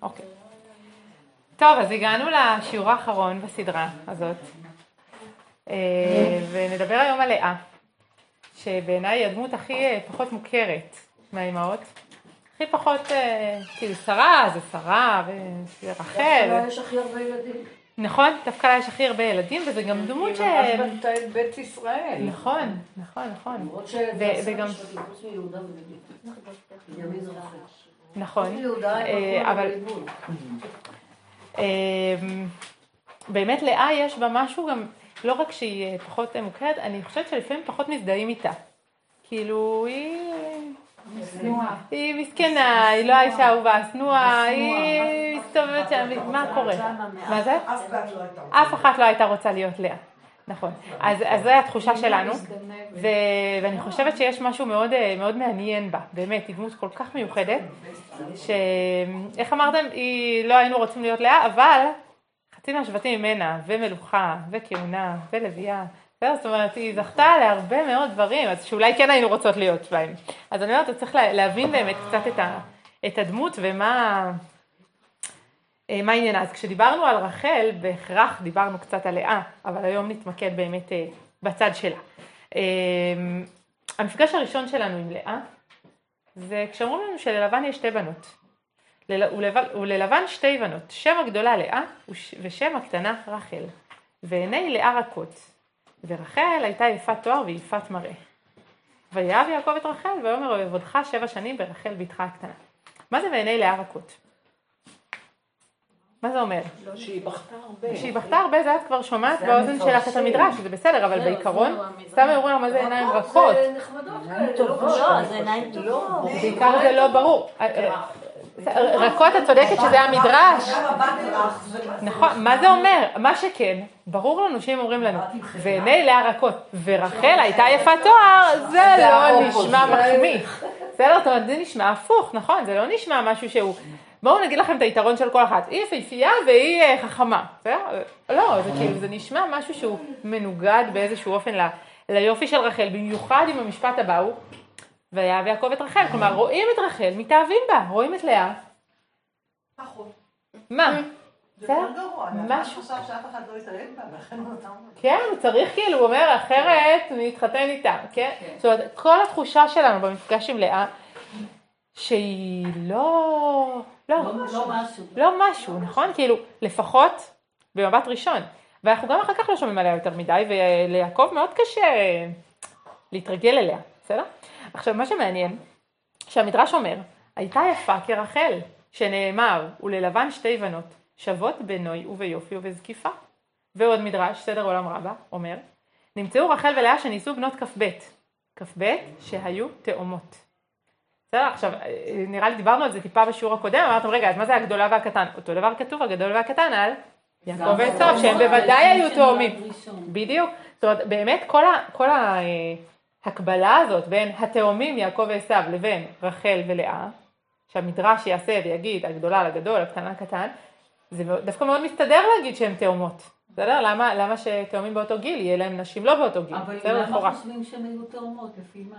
אוקיי. טוב, אז הגענו לשיעור האחרון בסדרה הזאת, ונדבר היום על לאה, שבעיניי היא הדמות הכי פחות מוכרת מהאימהות. הכי פחות, כאילו שרה, זה שרה, ורחל. דווקא לה יש הכי הרבה ילדים. נכון, דווקא לה יש הכי הרבה ילדים, וזה גם דמות ש... היא ממש בנתה את בית ישראל. נכון, נכון, נכון. למרות שזה עשה שבטים, חוץ מיהודה ובנימין. בנימין זה רחל. נכון. חוץ מיהודה הם אבל... בליבוד. באמת לאה יש בה משהו גם, לא רק שהיא פחות מוכרת, אני חושבת שלפעמים פחות מזדהים איתה. כאילו היא מסכנה, היא לא האישה אהובה, שנואה, היא מסתובבת שם, מה קורה? מה זה? אף אחת לא הייתה רוצה להיות לאה. נכון. אז זו התחושה שלנו, ואני חושבת שיש משהו מאוד, מאוד מעניין בה, באמת, היא דמות כל כך מיוחדת, שאיך אמרתם, לא היינו רוצים להיות לאה, אבל חצי מהשבטים ממנה, ומלוכה, וכהונה, ולוויה, זאת אומרת, היא זכתה להרבה מאוד דברים, אז שאולי כן היינו רוצות להיות בהם. אז אני אומרת, צריך להבין באמת קצת את הדמות ומה העניין. אז כשדיברנו על רחל, בהכרח דיברנו קצת על לאה, אבל היום נתמקד באמת בצד שלה. המפגש הראשון שלנו עם לאה, זה כשאומרים לנו שללבן יש שתי בנות. וללבן שתי בנות, שם הגדולה לאה ושם הקטנה רחל. ועיני לאה רכות. ורחל הייתה יפת תואר ויפת מראה. ויאהב יעקב את רחל, ויאמר אוהבותך 7 שנים ברחל בתך הקטנה. מה זה בעיני לאה רכות? מה זה אומר? שהיא בכתה הרבה. שהיא בכתה הרבה, זה את כבר שומעת באוזן שלך את המדרש, זה בסדר, אבל בעיקרון, סתם אומרים מה זה עיניים רכות. זה נחמדות כאלה. לא, זה עיניים טובות. בעיקר זה לא ברור. רכות, את צודקת שזה המדרש. נכון, מה זה אומר? מה שכן, ברור לנו שאם אומרים לנו, ועיני לאה רכות, ורחל הייתה יפת תואר, זה לא נשמע מחמיא. בסדר, זאת אומרת, זה נשמע הפוך, נכון? זה לא נשמע משהו שהוא... בואו נגיד לכם את היתרון של כל אחת. היא יפהפייה והיא חכמה. לא, זה כאילו, זה נשמע משהו שהוא מנוגד באיזשהו אופן ליופי של רחל, במיוחד עם המשפט הבא הוא, ויאהב יעקב את רחל. כלומר, רואים את רחל, מתאהבים בה, רואים את לאה. נכון. מה? זה יותר גרוע, אני חושב שאף אחד לא יתאהב בה, ואכן הוא נתן לו. כן, הוא צריך כאילו, הוא אומר, אחרת נתחתן איתה, כן? זאת אומרת, כל התחושה שלנו במפגש עם לאה, שהיא לא משהו, נכון? כאילו, לפחות במבט ראשון. ואנחנו גם אחר כך לא שומעים עליה יותר מדי, וליעקב מאוד קשה להתרגל אליה, בסדר? עכשיו, מה שמעניין, שהמדרש אומר, הייתה יפה כרחל, שנאמר, וללבן 2 בנות, שוות בנוי וביופי ובזקיפה. ועוד מדרש, סדר עולם רבה, אומר, נמצאו רחל ולאה שניסו בנות כ"ב שהיו תאומות. בסדר, עכשיו, נראה לי דיברנו על זה טיפה בשיעור הקודם, אמרתם, רגע, אז מה זה הגדולה והקטן? אותו דבר כתוב, הגדול והקטן על יעקב ועשיו, שהם בוודאי היו תאומים. בדיוק. זאת אומרת, באמת כל ההקבלה הזאת בין התאומים יעקב ועשיו לבין רחל ולאה, שהמדרש יעשה ויגיד, הגדולה לגדול, הקטנה לקטן, זה דווקא מאוד מסתדר להגיד שהן תאומות. בסדר? למה שתאומים באותו גיל, יהיה להם נשים לא באותו גיל? אבל למה חושבים שהן היו תאומות, לפי מה?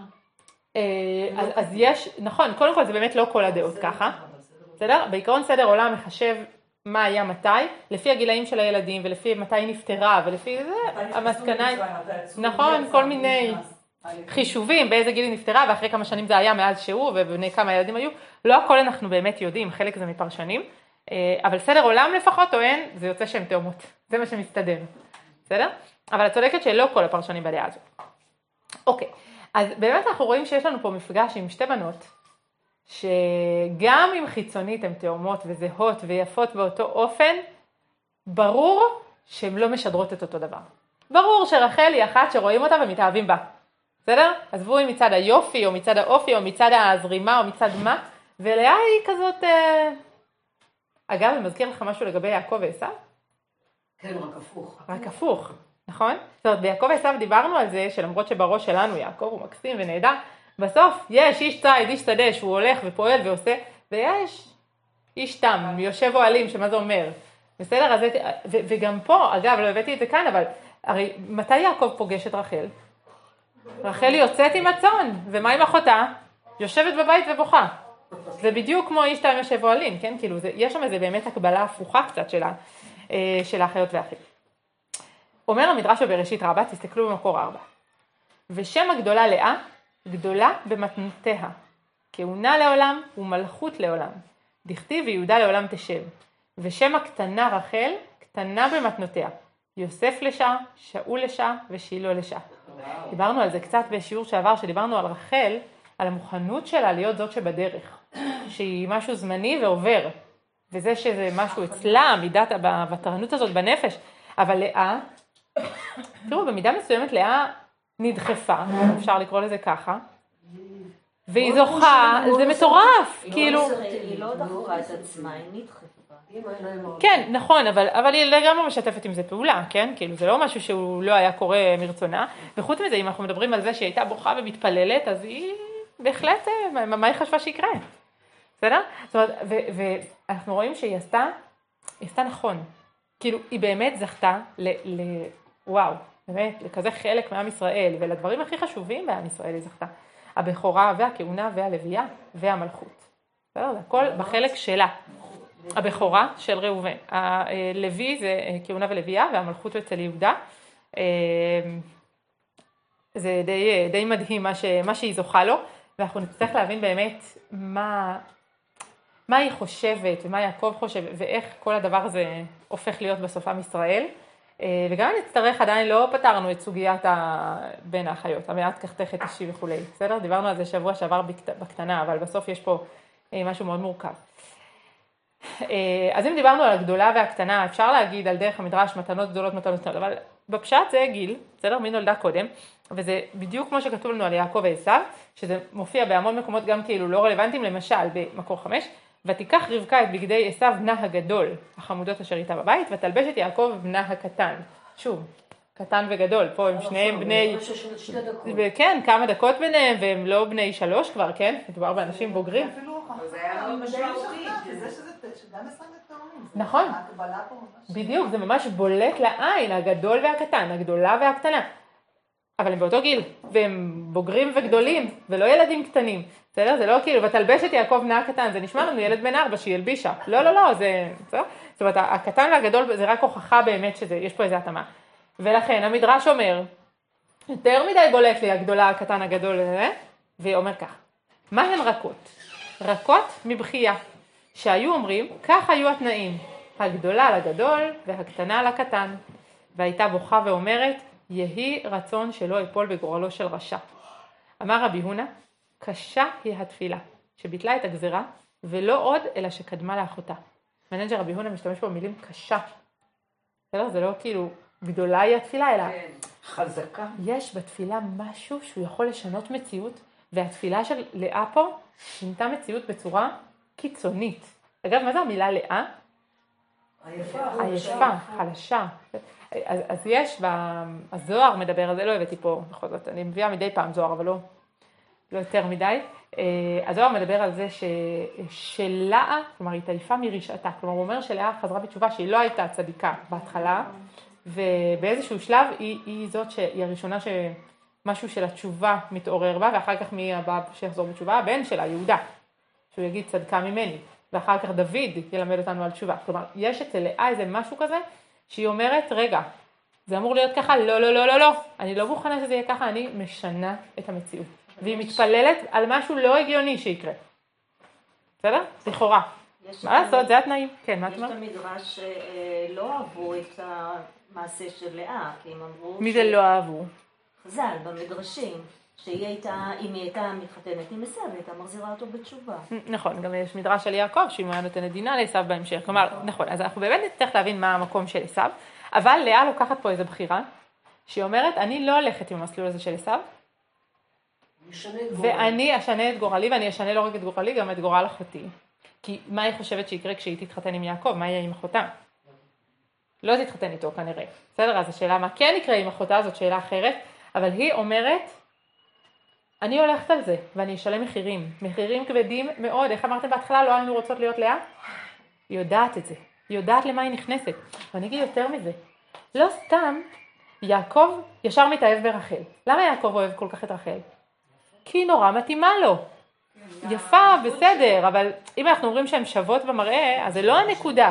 אז יש, נכון, קודם כל זה באמת לא כל הדעות ככה, בסדר? בעיקרון סדר עולם מחשב מה היה מתי, לפי הגילאים של הילדים ולפי מתי היא נפטרה ולפי זה, המסקנה, נכון, כל מיני חישובים באיזה גיל היא נפטרה ואחרי כמה שנים זה היה מאז שהוא ובני כמה ילדים היו, לא הכל אנחנו באמת יודעים, חלק זה מפרשנים, אבל סדר עולם לפחות טוען, זה יוצא שהן תאומות, זה מה שמסתדר, בסדר? אבל את צודקת שלא כל הפרשנים בדעה הזאת. אוקיי. אז באמת אנחנו רואים שיש לנו פה מפגש עם 2 בנות, שגם אם חיצונית הן תאומות וזהות ויפות באותו אופן, ברור שהן לא משדרות את אותו דבר. ברור שרחל היא אחת שרואים אותה ומתאהבים בה. בסדר? עזבו אם מצד היופי או מצד האופי או מצד הזרימה או מצד מה, ולאה היא כזאת... אגב, אני מזכיר לך משהו לגבי יעקב ועשיו? כן, רק הפוך. רק הפוך. נכון? זאת אומרת, ביעקב ועשיו דיברנו על זה, שלמרות שבראש שלנו יעקב הוא מקסים ונהדר, בסוף יש איש ציד, איש שדה, שהוא הולך ופועל ועושה, ויש איש תם, יושב אוהלים, שמה זה אומר? בסדר? אז, וגם פה, אגב, לא הבאתי את זה כאן, אבל הרי מתי יעקב פוגש את רחל? רחל יוצאת עם הצאן, ומה עם אחותה? יושבת בבית ובוכה. זה בדיוק כמו איש תאי משב אוהלים, כן? כאילו, יש שם איזה באמת הקבלה הפוכה קצת של האחיות והאחים. אומר המדרש בבראשית רבה, תסתכלו במקור 4. ושם הגדולה לאה, גדולה במתנותיה. כהונה לעולם ומלכות לעולם. דכתיב ויהודה לעולם תשב. ושם הקטנה רחל, קטנה במתנותיה. יוסף לשעה, שאול לשעה ושילה לשעה. דיברנו על זה קצת בשיעור שעבר, שדיברנו על רחל, על המוכנות שלה להיות זאת שבדרך. שהיא משהו זמני ועובר. וזה שזה משהו אצלה, מידת הוותרנות הזאת בנפש. אבל לאה, תראו, במידה מסוימת לאה נדחפה, אפשר לקרוא לזה ככה, והיא זוכה, זה מטורף, כאילו... היא לא דחפה את עצמה, היא נדחפה. כן, נכון, אבל היא לגמרי משתפת עם זה פעולה, כן? כאילו, זה לא משהו שהוא לא היה קורה מרצונה, וחוץ מזה, אם אנחנו מדברים על זה שהיא הייתה בוכה ומתפללת, אז היא בהחלט, מה היא חשבה שיקרה? בסדר? זאת אומרת, ואנחנו רואים שהיא עשתה נכון. כאילו, היא באמת זכתה וואו, באמת, לכזה חלק מעם ישראל, ולדברים הכי חשובים בעם ישראל היא זכתה. הבכורה והכהונה והלוויה והמלכות. בסדר? זה הכל בחלק שלה. הבכורה של ראובן. הלוי זה כהונה ולוויה, והמלכות אצל יהודה. זה די מדהים מה שהיא זוכה לו, ואנחנו נצטרך להבין באמת מה היא חושבת, ומה יעקב חושב, ואיך כל הדבר הזה הופך להיות בסוף עם ישראל. וגם נצטרך, עדיין לא פתרנו את סוגיית בין האחיות, המעט כחתכת אישי וכו'. בסדר? דיברנו על זה שבוע שעבר בקטנה, אבל בסוף יש פה משהו מאוד מורכב. אז אם דיברנו על הגדולה והקטנה, אפשר להגיד על דרך המדרש מתנות גדולות, מתנות קטנות, אבל בפשט זה גיל, בסדר? מי נולדה קודם, וזה בדיוק כמו שכתוב לנו על יעקב ועשיו, שזה מופיע בהמון מקומות גם כאילו לא רלוונטיים, למשל במקור 5, ותיקח רבקה את בגדי עשיו בנה הגדול, החמודות אשר איתה בבית, ותלבש את יעקב בנה הקטן. שוב, קטן וגדול, פה הם שניהם בני... כן, כמה דקות ביניהם, והם לא בני 3 כבר, כן? מדובר באנשים בוגרים. זה היה מאוד משמעותי. זה שגם 20 תאומים. נכון. בדיוק, זה ממש בולט לעין, הגדול והקטן, הגדולה והקטנה. אבל הם באותו גיל, והם בוגרים וגדולים, ולא ילדים קטנים. בסדר? זה לא כאילו, ותלבש את יעקב בנה הקטן, זה נשמע לנו ילד בן 4 שהיא הלבישה. לא, זה... זאת אומרת, הקטן והגדול זה רק הוכחה באמת שיש פה איזו התאמה. ולכן המדרש אומר, יותר מדי בולט לי הגדולה, הקטן, הגדול, ואומר כך, מה הן רכות? רכות מבחייה, שהיו אומרים, כך היו התנאים, הגדולה לגדול והקטנה לקטן, והייתה בוכה ואומרת, יהי רצון שלא יפול בגורלו של רשע. אמר רבי הונא, קשה היא התפילה, שביטלה את הגזרה, ולא עוד אלא שקדמה לאחותה. מעניין שרבי הונא משתמש פה במילים קשה. זה לא כאילו גדולה היא התפילה, אלא חזקה. יש בתפילה משהו שהוא יכול לשנות מציאות, והתפילה של לאה פה שינתה מציאות בצורה קיצונית. אגב, מה זה המילה לאה? עייפה, חלשה. אז יש, הזוהר מדבר על זה, לא הבאתי פה, בכל זאת, אני מביאה מדי פעם זוהר, אבל לא יותר מדי. הזוהר מדבר על זה שלאה, כלומר, היא תעיפה מרשעתה. כלומר, הוא אומר שלאה חזרה בתשובה שהיא לא הייתה צדיקה בהתחלה, ובאיזשהו שלב היא זאת שהיא הראשונה שמשהו של התשובה מתעורר בה, ואחר כך מי הבא שיחזור בתשובה? הבן שלה, יהודה, שהוא יגיד צדקה ממני, ואחר כך דוד ילמד אותנו על תשובה. כלומר, יש אצל לאה איזה משהו כזה, שהיא אומרת, רגע, זה אמור להיות ככה? לא, אני לא מוכנה שזה יהיה ככה, אני משנה את המציאות. והיא מתפללת על משהו לא הגיוני שיקרה. בסדר? לכאורה. מה לעשות? זה התנאים. כן, מה את אומרת? יש את המדרש שלא אהבו את המעשה של לאה, כי הם אמרו... מי זה לא אהבו? חז"ל, במדרשים, אם היא הייתה מתחתנת עם עשיו, היא הייתה מחזירה אותו בתשובה. נכון, גם יש מדרש על יעקב, שאם היה נותנת דינה לעשיו בהמשך. כלומר, נכון, אז אנחנו באמת נצטרך להבין מה המקום של עשיו, אבל לאה לוקחת פה איזו בחירה, שהיא אומרת, אני לא הולכת עם המסלול הזה של עשיו, ואני אשנה את גורלי, ואני אשנה לא רק את גורלי, גם את גורל אחותי. כי מה היא חושבת שיקרה כשהיא תתחתן עם יעקב? מה יהיה עם אחותה? לא תתחתן איתו כנראה. בסדר, אז השאלה מה כן יקרה עם אחותה, זאת שאלה אחרת, אבל היא אומרת, אני הולכת על זה, ואני אשלם מחירים כבדים מאוד. איך אמרתם בהתחלה, לא היינו רוצות להיות לאה? היא יודעת את זה, היא יודעת למה היא נכנסת. ואני אגיד יותר מזה, לא סתם יעקב ישר מתאהב ברחל. למה יעקב אוהב כל כך את רחל? כי היא נורא מתאימה לו. יפה, בסדר, אבל אם אנחנו אומרים שהן שוות במראה, אז זה לא הנקודה.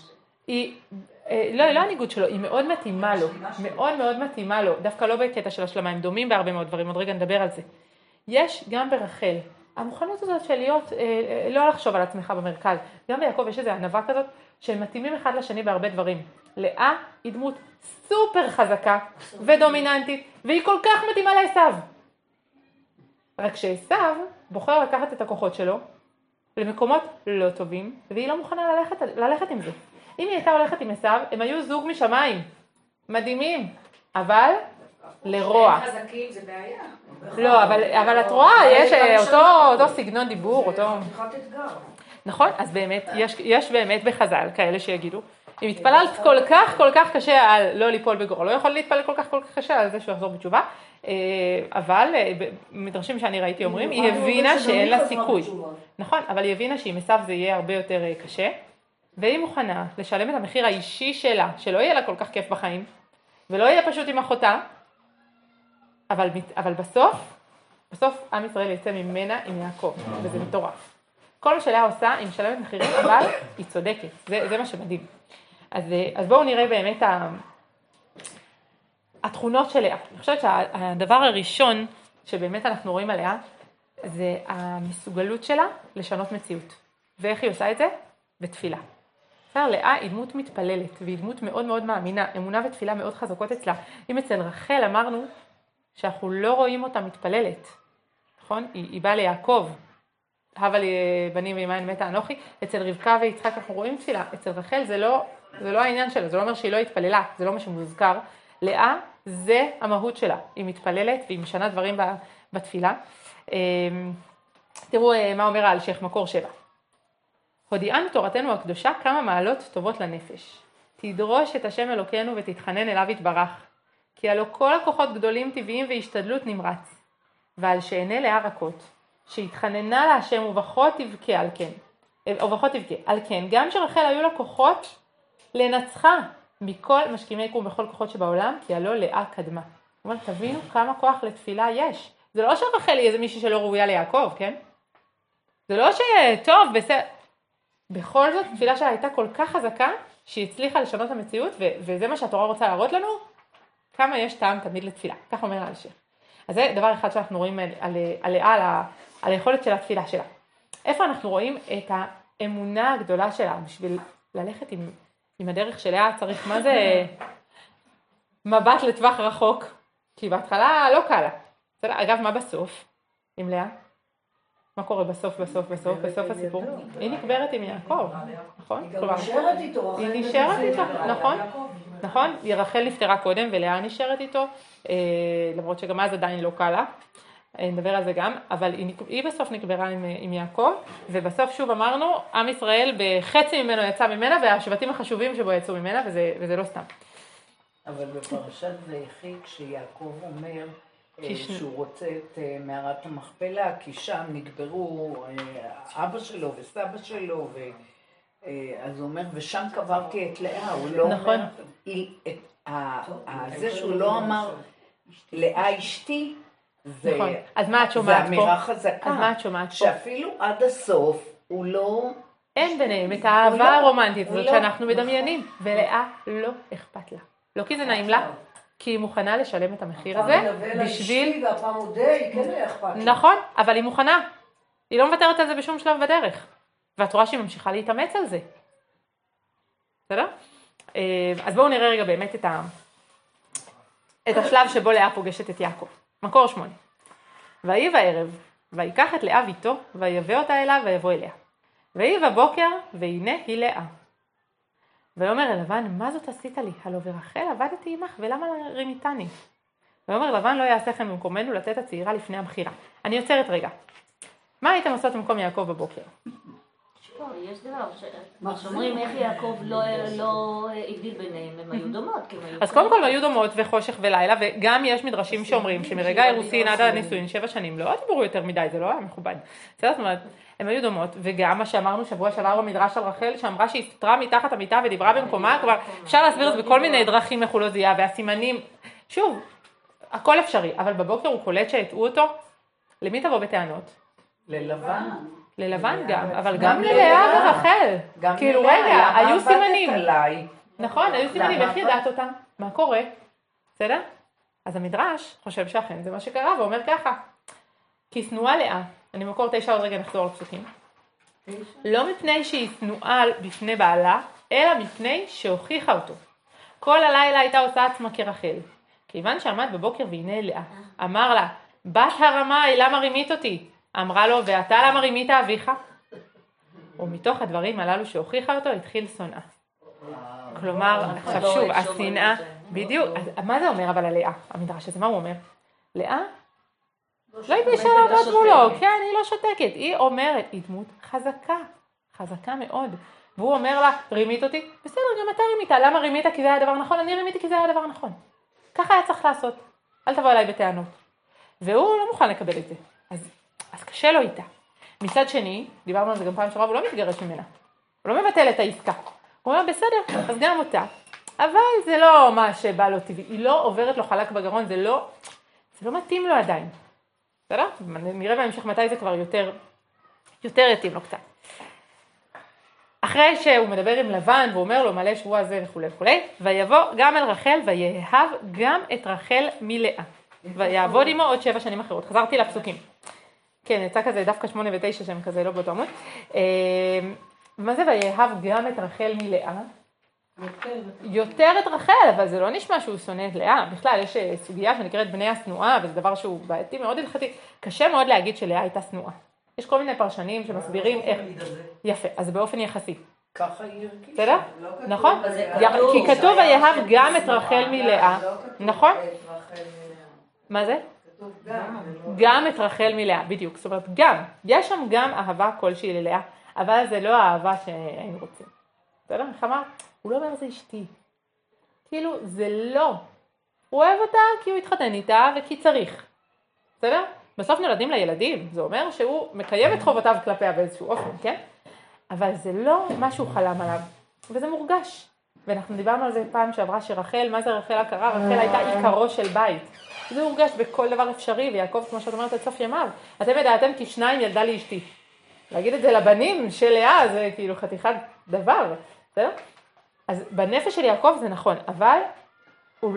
לא הניגוד שלו, היא מאוד מתאימה לו, מאוד מאוד מתאימה לו, דווקא לא בקטע של השלמה, הם דומים בהרבה מאוד דברים, עוד רגע נדבר על זה. יש גם ברחל, המוכנות הזאת של להיות, לא לחשוב על עצמך במרכז, גם ביעקב יש איזו ענווה כזאת, שהם מתאימים אחד לשני בהרבה דברים. לאה היא דמות סופר חזקה ודומיננטית, והיא כל כך מתאימה לעשו. רק שעשו בוחר לקחת את הכוחות שלו למקומות לא טובים, והיא לא מוכנה ללכת עם זה. אם היא הייתה הולכת עם עשו, הם היו זוג משמיים, מדהימים, אבל לרוע. חזקים זה בעיה. לא, אבל את רואה, יש אותו סגנון דיבור, אותו... נכון, אז באמת, יש באמת בחז"ל כאלה שיגידו, אם התפללת כל כך קשה על לא ליפול בגורל, לא יכול להתפלל כל כך קשה על זה שהוא יחזור בתשובה, אבל מדרשים שאני ראיתי אומרים, היא הבינה שאין לה סיכוי. נכון, אבל היא הבינה שעם עשו זה יהיה הרבה יותר קשה, והיא מוכנה לשלם את המחיר האישי שלה, שלא יהיה לה כל כך כיף בחיים, ולא יהיה פשוט עם אחותה, אבל בסוף עם ישראל יצא ממנה עם יעקב, וזה מטורף. כל מה שלאה עושה, היא משלמת מחירים, אבל היא צודקת, זה מה שמדהים. אז בואו נראה באמת התכונות של לאה. אני חושבת שהדבר הראשון שבאמת אנחנו רואים עליה, זה המסוגלות שלה לשנות מציאות. ואיך היא עושה את זה? בתפילה. לאה היא דמות מתפללת, והיא דמות מאוד מאוד מאמינה, אמונה ותפילה מאוד חזקות אצלה. אם אצל רחל אמרנו שאנחנו לא רואים אותה מתפללת, נכון? היא באה ליעקב, הבה לי בנים ואימהן מתה אנוכי, אצל רבקה ויצחק אנחנו רואים תפילה, אצל רחל זה לא העניין שלה, זה לא אומר שהיא לא התפללה, זה לא מה שמוזכר. לאה זה המהות שלה, היא מתפללת והיא משנה דברים בתפילה. תראו מה אומר האלשיך, מקור 7. הודיענו תורתנו הקדושה כמה מעלות טובות לנפש. תדרוש את השם אלוקינו ותתחנן אליו יתברך. כי הלא כל הכוחות גדולים טבעיים והשתדלות נמרץ. ועל שעיני לאה רכות, שהתחננה להשם ובכות תבכה על כן. על כן, גם שרחל היו לה כוחות לנצחה מכל משכימי יקום בכל כוחות שבעולם, כי הלא לאה קדמה. זאת אומרת, תבינו כמה כוח לתפילה יש. זה לא שרחל היא איזה מישהי שלא ראויה ליעקב, כן? זה לא שטוב, בסדר. בכל זאת, תפילה שלה הייתה כל כך חזקה, שהיא הצליחה לשנות את המציאות, וזה מה שהתורה רוצה להראות לנו, כמה יש טעם תמיד לתפילה. כך אומר האלשיך. אז זה דבר אחד שאנחנו רואים על היכולת של התפילה שלה. איפה אנחנו רואים את האמונה הגדולה שלה, בשביל ללכת עם הדרך שלה צריך, מה זה מבט לטווח רחוק? כי בהתחלה לא קלה. אגב, מה בסוף עם לאה? מה קורה בסוף הסיפור? היא נקברת עם יעקב, נכון? היא גם נשארת איתו. היא נשארת איתו, נכון? רחל נפטרה קודם ולאה נשארת איתו, למרות שגם אז עדיין לא קלה, נדבר על זה גם, אבל היא בסוף נקברה עם יעקב, ובסוף שוב אמרנו, עם ישראל בחצי ממנו יצא ממנה, והשבטים החשובים שבו יצאו ממנה, וזה לא סתם. אבל בפרשת ויחי, כשיעקב אומר שהוא רוצה את מערת המכפלה, כי שם נקברו אבא שלו וסבא שלו, אז הוא אומר, ושם קברתי את לאה, הוא לא אומר, זה שהוא לא אמר, לאה אשתי, זה אמירה חזקה, אז מה את שומעת פה? שאפילו עד הסוף הוא לא... אין ביניהם את האהבה הרומנטית הזאת שאנחנו מדמיינים, ולאה לא אכפת לה. לא כי זה נעים לה, כי היא מוכנה לשלם את המחיר הזה בשביל... והפעם מודה, היא כן היה אכפת לה. נכון, אבל היא מוכנה. היא לא מוותרת על זה בשום שלב בדרך. ואת רואה שהיא ממשיכה להתאמץ על זה. בסדר? אז בואו נראה רגע באמת את השלב שבו לאה פוגשת את יעקב. מקור 8. ויהי בערב, ויקח את לאה ביתו, ויבא אותה אליו, ויבוא אליה. ויהי בבוקר, והנה היא לאה. ויאמר אל לבן, מה זאת עשית לי? הלא ורחל עבדתי עמך, ולמה רימיתני? ויאמר לבן, לא יעשה כן במקומנו לתת הצעירה לפני הבחירה. אני יוצרת רגע. מה הייתם עושות במקום יעקב בבוקר? יש דבר שאומרים איך יעקב לא הבדיל ביניהם, הם היו דומות. אז קודם כל היו דומות וחושך ולילה, וגם יש מדרשים שאומרים שמרגע אירוסין עד הנישואין 7 שנים לא דיברו יותר מדי, זה לא היה מכובד. זאת אומרת, הם היו דומות, וגם מה שאמרנו שבוע שעבר במדרש על רחל, שאמרה שהיא סתרה מתחת המיטה ודיברה במקומה, כבר אפשר להסביר את זה בכל מיני דרכים איך הוא לא זיהה, והסימנים, שוב, הכל אפשרי, אבל בבוקר הוא קולט שהטעו אותו, למי תבוא בטענות? ללבן. ללבן גם, אבל גם ללאה ורחל. כאילו רגע, היו סימנים. נכון, היו סימנים, איך ידעת אותם? מה קורה? בסדר? אז המדרש חושב שאכן זה מה שקרה, ואומר ככה. כי שנואה לאה, אני מקור 9 עוד רגע נחזור לפסוקים. לא מפני שהיא שנואה בפני בעלה, אלא מפני שהוכיחה אותו. כל הלילה הייתה עושה עצמה כרחל. כיוון שעמד בבוקר והנה לאה, אמר לה, בת הרמאי, למה רימית אותי? אמרה לו, ואתה למה רימית אביך? ומתוך הדברים הללו שהוכיחה אותו, התחיל שונאה. כלומר, עכשיו שוב, השנאה, בדיוק, מה זה אומר אבל על לאה? המדרש הזה, מה הוא אומר? לאה? לא התיישב לעמוד מולו, כן, היא לא שותקת, היא אומרת, היא דמות חזקה, חזקה מאוד. והוא אומר לה, רימית אותי? בסדר, גם אתה רימית, למה רימית? כי זה היה הדבר נכון, אני רימיתי כי זה היה הדבר נכון. ככה היה צריך לעשות, אל תבוא אליי בטענות. והוא לא מוכן לקבל את זה, אז קשה לו איתה. מצד שני, דיברנו על זה גם פעם שעברה, הוא לא מתגרש ממנה, הוא לא מבטל את העסקה. הוא אומר, בסדר, אז גם אותה, אבל זה לא מה שבא לו טבעי, היא לא עוברת לו חלק בגרון, זה לא מתאים לו עדיין. בסדר? נראה בהמשך מתי זה כבר יותר יתאים לו קצת. אחרי שהוא מדבר עם לבן והוא אומר לו מלא שבוע זה וכו' וכו', ויבוא גם אל רחל ויאהב גם את רחל מלאה. ויעבוד עמו עוד 7 שנים אחרות. חזרתי לפסוקים. כן, יצא כזה דווקא 8 ו9 שהם כזה לא באותו עמוד. מה זה ויאהב גם את רחל מלאה? יותר את רחל, אבל זה לא נשמע שהוא שונא את לאה. בכלל, יש סוגיה שנקראת בני השנואה, וזה דבר שהוא בעייתי מאוד הלכתי. קשה מאוד להגיד שלאה הייתה שנואה. יש כל מיני פרשנים שמסבירים איך. יפה, אז באופן יחסי. ככה היא הרגישה. בסדר? נכון? כי כתוב ויאהב גם את רחל מלאה. נכון? מה זה? גם את רחל מלאה, בדיוק. זאת אומרת, גם. יש שם גם אהבה כלשהי ללאה, אבל זה לא האהבה שהיינו רוצים. בסדר? איך אמר? הוא לא אומר זה אשתי. כאילו, זה לא. הוא אוהב אותה כי הוא התחתן איתה וכי צריך. בסדר? בסוף נולדים לילדים. זה אומר שהוא מקיים את חובותיו כלפיה באיזשהו אופן, כן? אבל זה לא מה שהוא חלם עליו. וזה מורגש. ואנחנו דיברנו על זה פעם שעברה שרחל, מה זה רחל הכרה? רחל הייתה עיקרו של בית. זה מורגש בכל דבר אפשרי, ויעקב, כמו שאת אומרת, עד סוף ימיו. אתם ידעתם כי 2 ילדה לי אשתי. להגיד את זה לבנים של לאה, זה כאילו חתיכת דבר. בסדר? אז בנפש של יעקב זה נכון, אבל הוא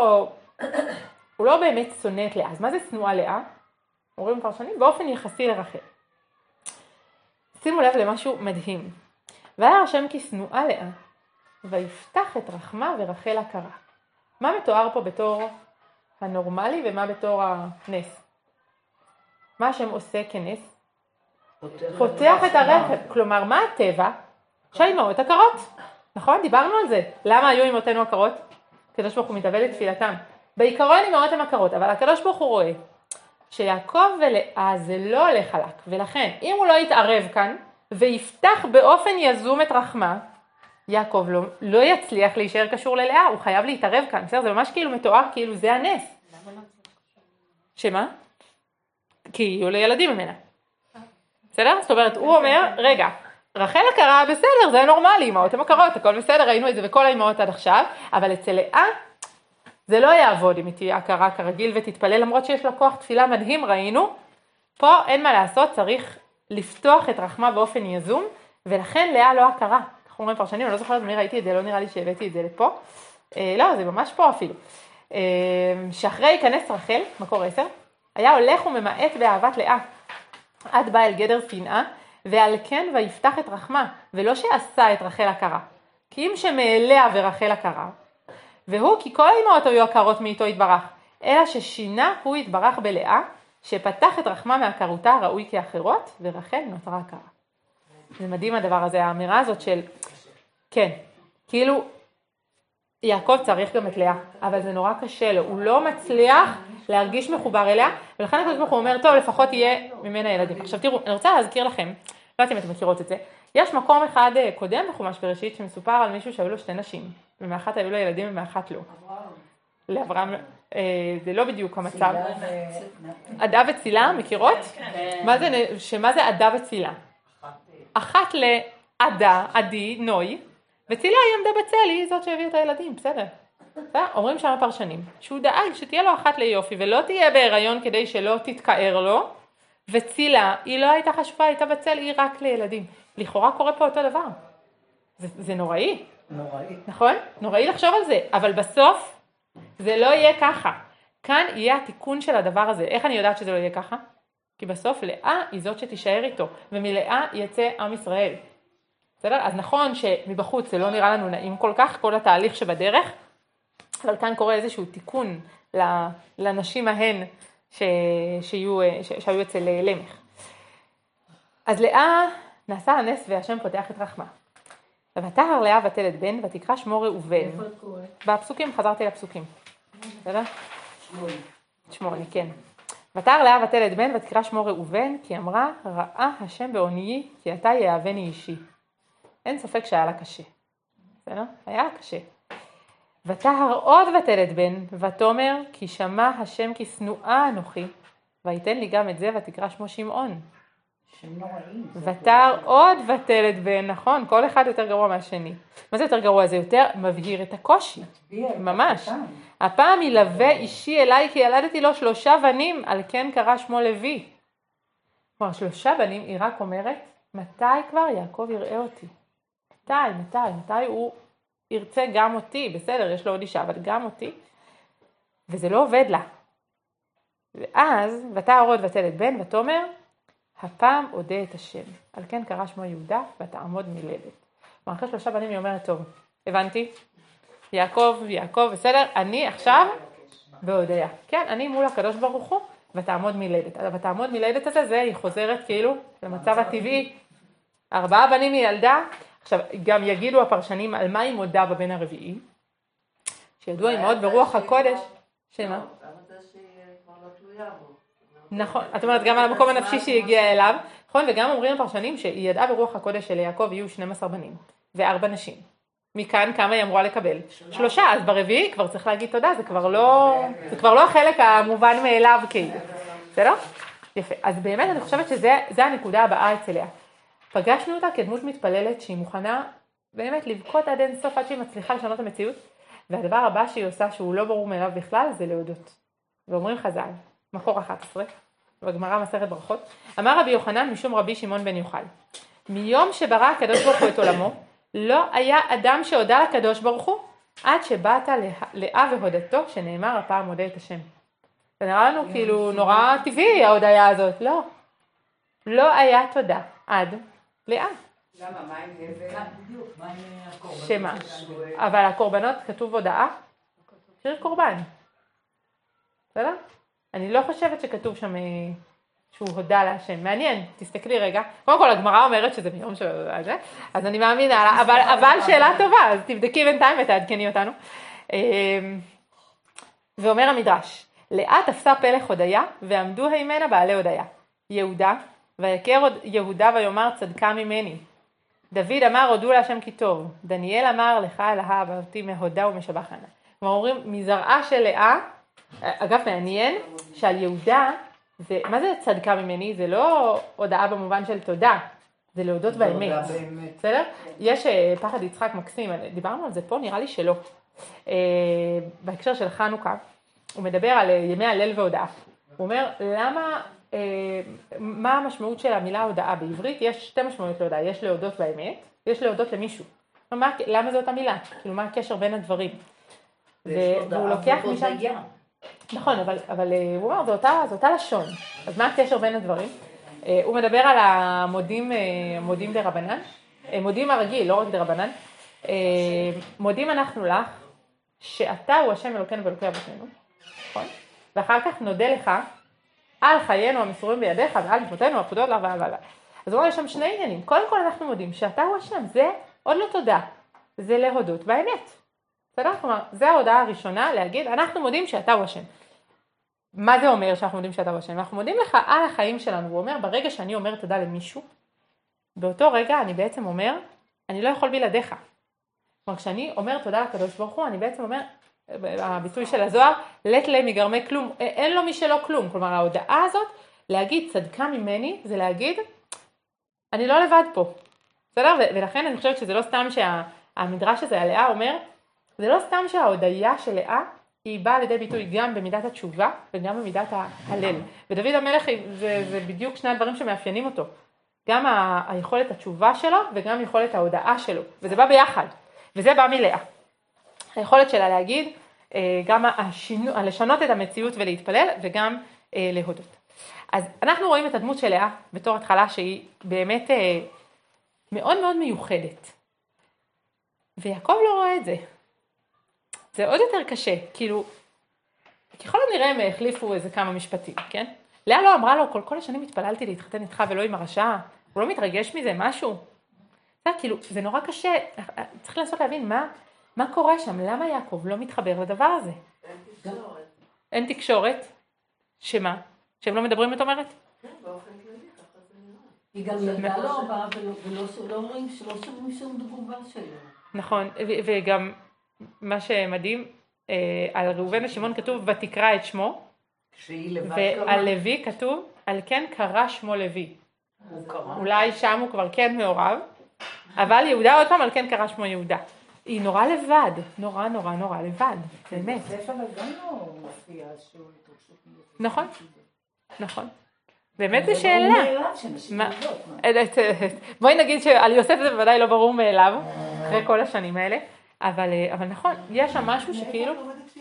לא באמת שונא את לאה. אז מה זה שנואה לאה? אומרים פרשנים, באופן יחסי לרחל. שימו לב למשהו מדהים. והיה השם כי שנואה לאה, ויפתח את רחמה ורחל הכרה. מה מתואר פה בתור הנורמלי ומה בתור הנס? מה השם עושה כנס? פותח את הרחם. כלומר, מה הטבע? שהאימהות הכרות. נכון? דיברנו על זה. למה היו אימותינו הכרות? הקדוש ברוך הוא מתאבל לתפילתם. בעיקרון אימהות הן הכרות, אבל הקדוש ברוך הוא רואה שיעקב ולאה זה לא הולך חלק. ולכן, אם הוא לא יתערב כאן ויפתח באופן יזום את רחמה, יעקב לא יצליח להישאר קשור ללאה, הוא חייב להתערב כאן. בסדר? זה ממש כאילו מתואר, כאילו זה הנס. שמה? כי יהיו לילדים ממנה. בסדר? זאת אומרת, הוא אומר, רגע, רחל הכרה בסדר, זה נורמלי, אמהות הן הכרות, הכל בסדר, ראינו את זה בכל האמהות עד עכשיו, אבל אצל לאה זה לא יעבוד אם היא תהיה הכרה כרגיל ותתפלל, למרות שיש לה כוח תפילה מדהים, ראינו. פה אין מה לעשות, צריך לפתוח את רחמה באופן יזום, ולכן לאה לא הכרה. אנחנו אומרים פרשנים, אני לא זוכרת מי ראיתי את זה, לא נראה לי שהבאתי את זה לפה. לא, זה ממש פה אפילו. שאחרי ייכנס רחל, מקור 10, היה הולך וממעט באהבת לאה, עד בא אל גדר שנאה, ועל כן ויפתח את רחמה, ולא שעשה את רחל הכרה. כי אם שמאליה ורחל הכרה, והוא כי כל האמהות היו הכרות מאיתו התברך, אלא ששינה הוא התברך בלאה, שפתח את רחמה מהכרותה ראוי כאחרות, ורחל נותרה הכרה. זה מדהים הדבר הזה, האמירה הזאת של, כן, כאילו, יעקב צריך גם את לאה, אבל זה נורא קשה לו, הוא לא מצליח להרגיש מחובר אליה, ולכן הקדוש ברוך הוא אומר, טוב, לפחות יהיה ממנה ילדים. עכשיו תראו, אני רוצה להזכיר לכם, לא יודעת אם אתם מכירות את זה, יש מקום אחד קודם בחומש בראשית, שמסופר על מישהו שהיו לו 2 נשים, ומאחת היו לו ילדים ומאחת לא. לאברהם, זה לא בדיוק המצב. עדה וצילה, מכירות? מה זה עדה וצילה? אחת לעדה, עדי, נוי, וצילה היא עמדה בצל, היא זאת שהביאה את הילדים, בסדר. אומרים שם הפרשנים, שהוא דאג שתהיה לו אחת ליופי, ולא תהיה בהיריון כדי שלא תתקער לו, וצילה, היא לא הייתה חשובה, הייתה בצל, היא רק לילדים. לכאורה קורה פה אותו דבר. זה נוראי. נוראי. נכון? נוראי לחשוב על זה, אבל בסוף זה לא יהיה ככה. כאן יהיה התיקון של הדבר הזה. איך אני יודעת שזה לא יהיה ככה? כי בסוף לאה היא זאת שתישאר איתו, ומלאה יצא עם ישראל. בסדר? אז נכון שמבחוץ זה לא נראה לנו נעים כל כך, כל התהליך שבדרך, אבל כאן קורה איזשהו תיקון לנשים ההן שהיו אצל למך. אז לאה נעשה הנס והשם פותח את רחמה. ותהר לאה ותלד בן ותקרא שמו ראובן. איפה את קוראת? בפסוקים, חזרתי לפסוקים. בסדר? 8, כן. ותהר לאה ותלד בן ותקרא שמו ראובן, כי אמרה ראה השם בעוניי, כי אתה יאהבני אישי. אין ספק שהיה לה קשה. בסדר? היה לה קשה. ותהר עוד ותלד בן, ותאמר כי שמע השם כי שנואה אנוכי, ויתן לי גם את זה ותקרא שמו שמעון. ותהר עוד ותלד בן, נכון, כל אחד יותר גרוע מהשני. מה זה יותר גרוע? זה יותר מבהיר את הקושי, ממש. הפעם ילווה אישי אליי כי ילדתי לו 3 בנים, על כן קרא שמו לוי. כלומר 3 בנים, היא רק אומרת, מתי כבר יעקב יראה אותי? מתי הוא ירצה גם אותי? בסדר, יש לו עוד אישה, אבל גם אותי. וזה לא עובד לה. ואז ותהר עוד ותלד בן, ותאמר, הפעם אודה את השם. על כן קרא שמו יהודה, ותעמוד מלדת. אחרי 3 בנים היא אומרת, טוב, הבנתי? יעקב, בסדר? אני עכשיו בהודיה. כן, אני מול הקדוש ברוך הוא, ותעמוד מלדת. ותעמוד מלדת הזה, היא חוזרת כאילו למצב הטבעי. 4 בנים היא ילדה. עכשיו, גם יגידו הפרשנים על מה היא מודה בבן הרביעי, שידוע היא מאוד ברוח הקודש. שמה? נכון, את אומרת גם על המקום הנפשי שהיא הגיעה אליו, נכון? וגם אומרים הפרשנים שהיא ידעה ברוח הקודש של יעקב יהיו 12 בנים ו4 נשים. מכאן כמה היא אמורה לקבל? 3, אז ברביעי כבר צריך להגיד תודה, זה כבר לא החלק המובן מאליו כאילו. בסדר? יפה. אז באמת אני חושבת שזה הנקודה הבאה אצל לאה. פגשנו אותה כדמות מתפללת שהיא מוכנה באמת לבכות עד אין סוף עד שהיא מצליחה לשנות את המציאות, והדבר הבא שהיא עושה שהוא לא ברור מאליו בכלל זה להודות. ואומרים חז"ל, מקור 11, בגמרא מסכת ברכות, אמר רבי יוחנן משום רבי שמעון בן יוחאי, מיום שברא הקדוש ברוך הוא את עולמו, לא היה אדם שהודה לקדוש ברוך הוא, עד שבאת לאה והודתו, שנאמר הפעם מודה את השם. זה נראה לנו כאילו נורא טבעי ההודיה הזאת, לא. לא היה תודה עד לאה. למה? מה עם גבר? בדיוק, מה עם הקורבנות? שמה? אבל הקורבנות כתוב הודאה, שיר קורבן. בסדר? אני לא חושבת שכתוב שם שהוא הודה להשם. מעניין, תסתכלי רגע. קודם כל, הגמרא אומרת שזה מיום של זה, אז אני מאמינה, אבל שאלה טובה, אז תבדקי בינתיים ותעדכני אותנו. ואומר המדרש, לאה תפסה פלך הודיה, ועמדו הימנה בעלי הודיה. יהודה, ויקר יהודה ויאמר צדקה ממני. דוד אמר הודו להשם כי טוב. דניאל אמר לך אלוהה ואותי מהודה ומשבחנה. כלומר אומרים מזרעה של לאה, אגב מעניין שעל יהודה, מה זה צדקה ממני? זה לא הודעה במובן של תודה, זה להודות באמת. בסדר? יש פחד יצחק מקסים, דיברנו על זה פה, נראה לי שלא. בהקשר של חנוכה, הוא מדבר על ימי הלל והודעה. הוא אומר, מה המשמעות של המילה הודעה? בעברית יש 2 משמעויות להודעה, יש להודות באמת, יש להודות למישהו. למה זאת המילה? כאילו מה הקשר בין הדברים? והוא לוקח משם... נכון, אבל הוא אומר, זו אותה לשון. אז מה הקשר בין הדברים? הוא מדבר על המודים דרבנן, מודים הרגיל, לא רק דרבנן. מודים אנחנו לך, שאתה הוא השם אלוקינו ואלוקי אבותינו, נכון? ואחר כך נודה לך על חיינו המסורים בידיך ועל נשמותינו הפקודות לך ועל. אז הוא אומר, יש שם 2 עניינים. קודם כל אנחנו מודים שאתה הוא השם, זה עוד לא תודה, זה להודות באמת. בסדר? כלומר, זה ההודעה הראשונה להגיד, אנחנו מודים שאתה הוא השם. מה זה אומר שאנחנו מודים שאתה הוא השם? אנחנו מודים לך על החיים שלנו. הוא אומר, ברגע שאני אומר תודה למישהו, באותו רגע אני בעצם אומר, אני לא יכול בלעדיך. כלומר, כשאני אומר תודה לקדוש ברוך הוא, אני בעצם אומר, הביטוי של הזוהר, לית ליה מגרמי כלום, אין לו מי שלא כלום. כלומר, ההודעה הזאת, להגיד צדקה ממני, זה להגיד, אני לא לבד פה. בסדר? ולכן אני חושבת שזה לא סתם שהמדרש הזה, הלאה אומר, זה לא סתם שההודיה של לאה היא באה לידי ביטוי גם במידת התשובה וגם במידת ההלל. ודוד המלך זה בדיוק שני הדברים שמאפיינים אותו. גם היכולת התשובה שלו וגם יכולת ההודעה שלו. וזה בא ביחד. וזה בא מלאה. היכולת שלה להגיד, גם לשנות את המציאות ולהתפלל וגם להודות. אז אנחנו רואים את הדמות של לאה בתור התחלה שהיא באמת מאוד מאוד מיוחדת. ויעקב לא רואה את זה. זה עוד יותר קשה, כאילו, ככל הנראה הם החליפו איזה כמה משפטים, כן? לאה לא אמרה לו, כל השנים התפללתי להתחתן איתך ולא עם הרשע, הוא לא מתרגש מזה, משהו. זה כאילו, זה נורא קשה, צריך לנסות להבין מה קורה שם, למה יעקב לא מתחבר לדבר הזה? אין תקשורת. שמה? שהם לא מדברים, את אומרת? כן, באופן כללי, ככה זה נראה. היא גם ילדה לא באה ולא אומרים שלא שומעים שום תגובה שלו. נכון, וגם מה שמדהים, על ראובן ושמעון כתוב ותקרא את שמו, ועל לוי כתוב על כן קרא שמו לוי. אולי שם הוא כבר כן מעורב, אבל יהודה עוד פעם על כן קרא שמו יהודה. היא נורא לבד, נורא נורא נורא לבד, באמת. בספר גם לא מופיע שהוא נכון, נכון. באמת זו שאלה. בואי נגיד שעל יוסף זה בוודאי לא ברור מאליו, אחרי כל השנים האלה, אבל נכון, יש שם משהו שכאילו...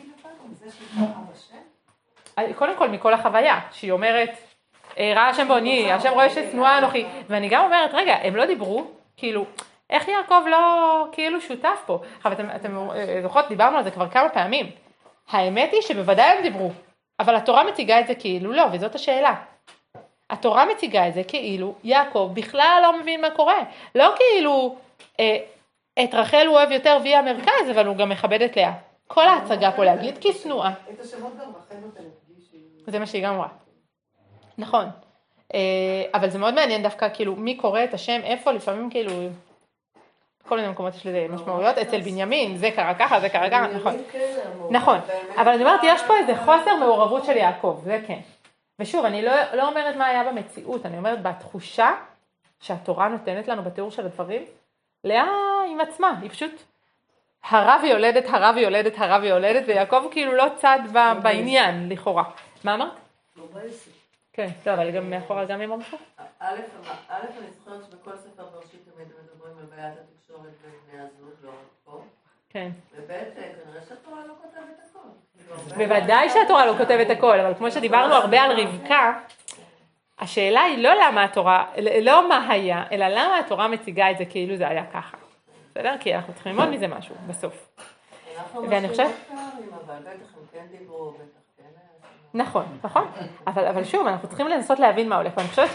קודם כל מכל החוויה, שהיא אומרת, ראה השם בעוני, השם רואה ששנואה אנוכי, ואני גם אומרת, רגע, הם לא דיברו, כאילו, איך יעקב לא כאילו שותף פה? אבל אתם זוכרות, דיברנו על זה כבר כמה פעמים. האמת היא שבוודאי הם דיברו, אבל התורה מציגה את זה כאילו לא, וזאת השאלה. התורה מציגה את זה כאילו יעקב בכלל לא מבין מה קורה. לא כאילו את רחל הוא אוהב יותר והיא המרכז, אבל הוא גם מכבד את לאה. כל ההצגה פה להגיד כי שנואה. את השמות גם רחל נותנת לי שהיא... זה מה שהיא גם אמרה. נכון. אבל זה מאוד מעניין דווקא כאילו מי קורא את השם, איפה לפעמים כאילו... כל מיני מקומות יש לזה משמעויות, אצל בנימין, זה קרה ככה, זה קרה ככה, נכון. נכון, אבל אני אומרת, יש פה איזה חוסר מעורבות של יעקב, זה כן. ושוב, אני לא אומרת מה היה במציאות, אני אומרת בתחושה שהתורה נותנת לנו בתיאור של הדברים, לאה עם עצמה, היא פשוט הרע ויולדת, הרע ויולדת, הרע ויולדת, ויעקב כאילו לא צד בעניין, לכאורה. מה אמרת? לא בעסק. כן, טוב, אבל גם מאחורה גם עם המשהו. א', אני זוכרת שבכל ספר בראשית תמיד מדברים על בעיית התקשורת בין בני הזוג, לא רק פה. כן. וב' כנראה שהתורה לא כותבת הכל. בוודאי שהתורה לא כותבת הכל, אבל כמו שדיברנו הרבה על רבקה, השאלה היא לא למה התורה, לא מה היה, אלא למה התורה מציגה את זה כאילו זה היה ככה. בסדר? כי אנחנו צריכים ללמוד מזה משהו בסוף. ואני חושבת... אבל בטח הם כן דיברו, בטח כן... נכון, נכון. אבל שוב, אנחנו צריכים לנסות להבין מה הולך. ואני חושבת